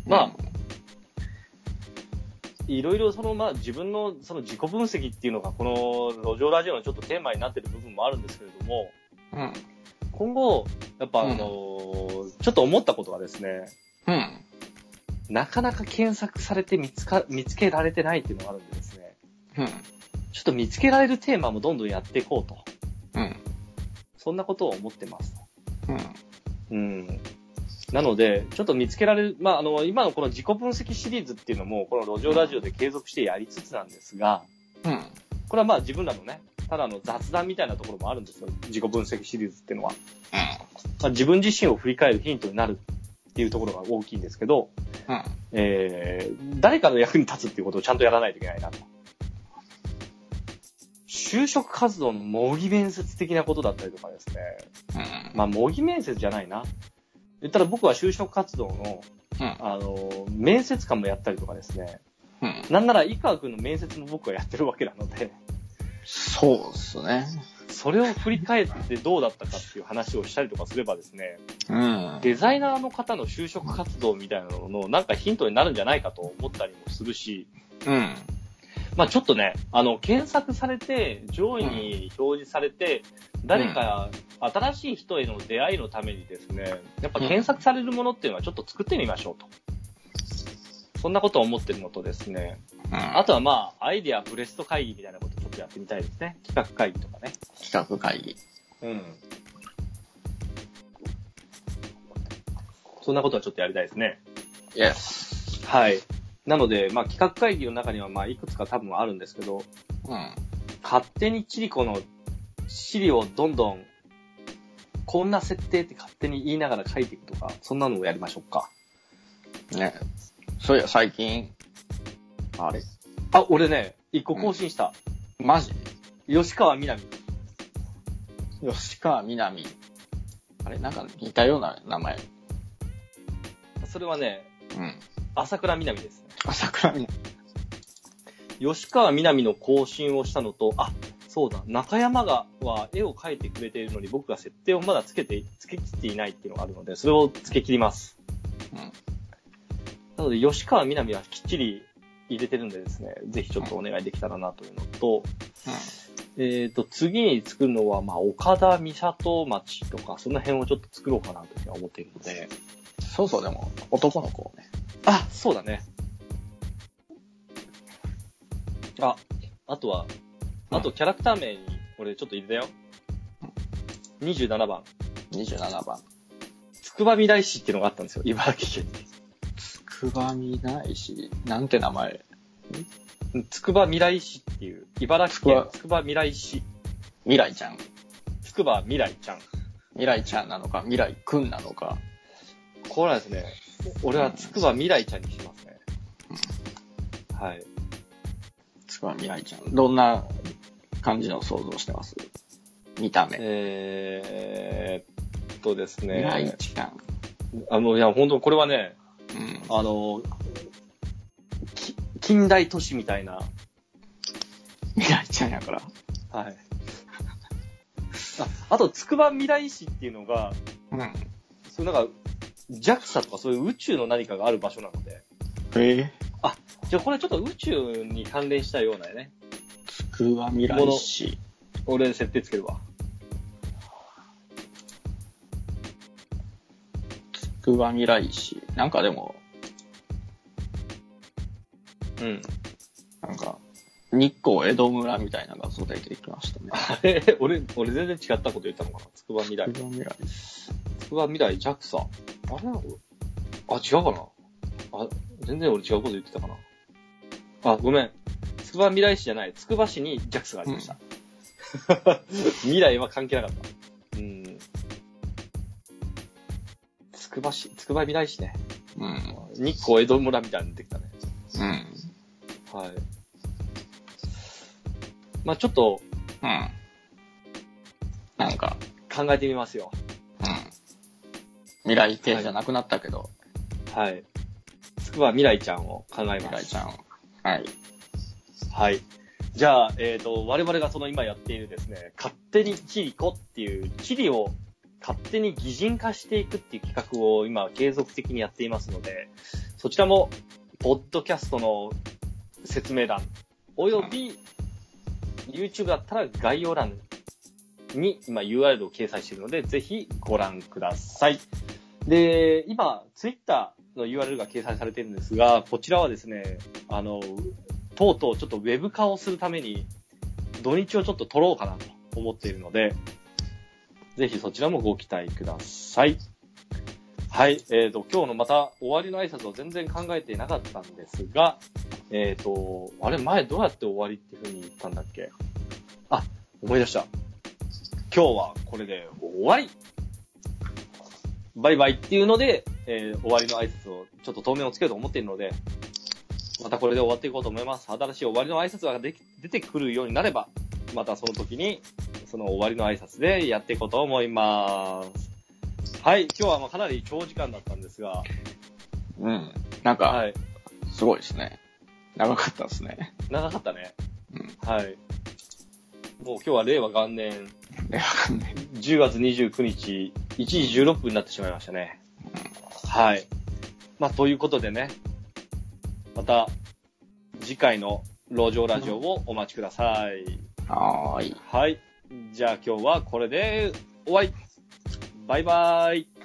いろいろ自分の自己分析っていうのがこの路上ラジオのちょっとテーマになってる部分もあるんですけれども、今後、やっぱちょっと思ったことがですね、なかなか検索されて見つけられてないっていうのがあるんでですね、ちょっと見つけられるテーマもどんどんやっていこうと。そんなことを思ってます。なので、ちょっと見つけられる、今のこの自己分析シリーズっていうのも、この路上ラジオで継続してやりつつなんですが、これは自分らのね、ただの雑談みたいなところもあるんですよ。自己分析シリーズっていうのは。自分自身を振り返るヒントになるっていうところが大きいんですけど、誰かの役に立つっていうことをちゃんとやらないといけないなと。 就職活動の模擬面接的なことだったりとかですね。まあ、模擬面接じゃないな。言ったら僕は就職活動の、面接官もやったりとかですね。なんなら、井川くんの面接も僕はやってるわけなので。 そうですね。 それを振り返ってどうだったかっていう話をしたりとかすればですね。デザイナーの方の就職活動みたいなののなんかヒントになるんじゃないかと思ったりもするし。まあちょっとね、検索されて、上位に表示されて、誰か新しい人への出会いのためにですね、やっぱ検索されるものっていうのはちょっと作ってみましょうと。そんなことを思ってるのとですね、あとはまあ、アイデアブレスト会議みたいなことちょっとやってみたいですね。企画会議とかね。 企画会議。 そんなことはちょっとやりたいですね。 Yes。 はい。なので、まあ企画会議の中にはまあいくつか多分あるんですけど、勝手にチリコのシリをどんどん、こんな設定って勝手に言いながら書いていくとか、そんなのをやりましょうか。 ね。そういや、最近、あれ？ 俺ね、一個更新した。 マジ？ 吉川みなみ。 吉川みなみ。あれなんか似たような名前。 それはね、朝倉みなみですね。 朝倉みなみ。吉川みなみの更新をしたのと、そうだ、中山は絵を描いてくれているのに僕が設定をまだつけ切っていないっていうのがあるので、それをつけ切ります。なので、吉川みなみはきっちり入れてるんでですね、ぜひちょっとお願いできたらなというのと、次に作るのは、まあ、岡田美里町とか、その辺をちょっと作ろうかなというふうに思っているので。 そうそう、でも、男の子をね。 そうだね。あとは、キャラクター名に、俺ちょっと入れたよ。27番。 27番。 つくばみらい市っていうのがあったんですよ、茨城県に。 つくばみらい市なんて名前？ つくばみらい市っていう、茨城県つくばみらい市。 みらいちゃん。 つくばみらいちゃん。 みらいちゃんなのか、みらいくんなのか。 これはですね、俺はつくばみらいちゃんにしますね。はい。 つくばみらいちゃん。どんな感じの想像してます？見た目。 ですね。 みらいちゃん。 いや、本当これはね、近代都市みたいな。 みらいちゃんやから。 はい。あと、つくばみらい市っていうのが、そうなんか、JAXA とかそういう宇宙の何かがある場所なので。じゃあこれちょっと宇宙に関連したようなね。 つくばみらい市。 俺設定つけるわ。 つくばみらい市。なんかでも、なんか、日光江戸村みたいな画像出てきましたね。 俺全然違ったこと言ったのかな。つくばみらい。 つくばみらい。 つくばみらい JAXA。違うかな。全然俺違うこと言ってたかな。ごめん。つくばみらい市じゃない。つくば市に JAXA がありました。未来は関係なかった。つくばみらい市ね。日光江戸村みたいに出てきたね。はい。まあちょっと、 なんか、 考えてみますよ。 未来系じゃなくなったけど。 はい。つくばみらいちゃんを考えます。 みらいちゃん。はい。 はい。じゃあ、我々がその今やっているですね、勝手にチリコっていう、チリを勝手に擬人化していくっていう企画を今継続的にやっていますので、そちらも、ポッドキャストの説明欄、および、YouTube だったら概要欄に今 URL を掲載しているので、ぜひご覧ください。で、今、Twitter の URL が掲載されているんですが、こちらはですね、とうとうちょっとウェブ化をするために、土日をちょっと取ろうかなと思っているので、ぜひそちらもご期待ください。はい、今日のまた終わりの挨拶を全然考えていなかったんですが、あれ前どうやって終わりっていう風に言ったんだっけ？思い出した。今日はこれで終わり！バイバイっていうので、終わりの挨拶をちょっと当面をつけようと思っているので、またこれで終わっていこうと思います。新しい終わりの挨拶が出てくるようになれば、 またその時に、その終わりの挨拶でやっていこうと思います。はい、今日はかなり長時間だったんですが。 うん。なんか、はい、すごいですね。長かったですね。 長かったね。うん。はい。もう今日は令和元年。10月29日、1時16分になってしまいましたね。はい。ということでね。また、次回の路上ラジオをお待ちください。 はーい。 はい。じゃあ今日はこれで終わり。バイバーイ。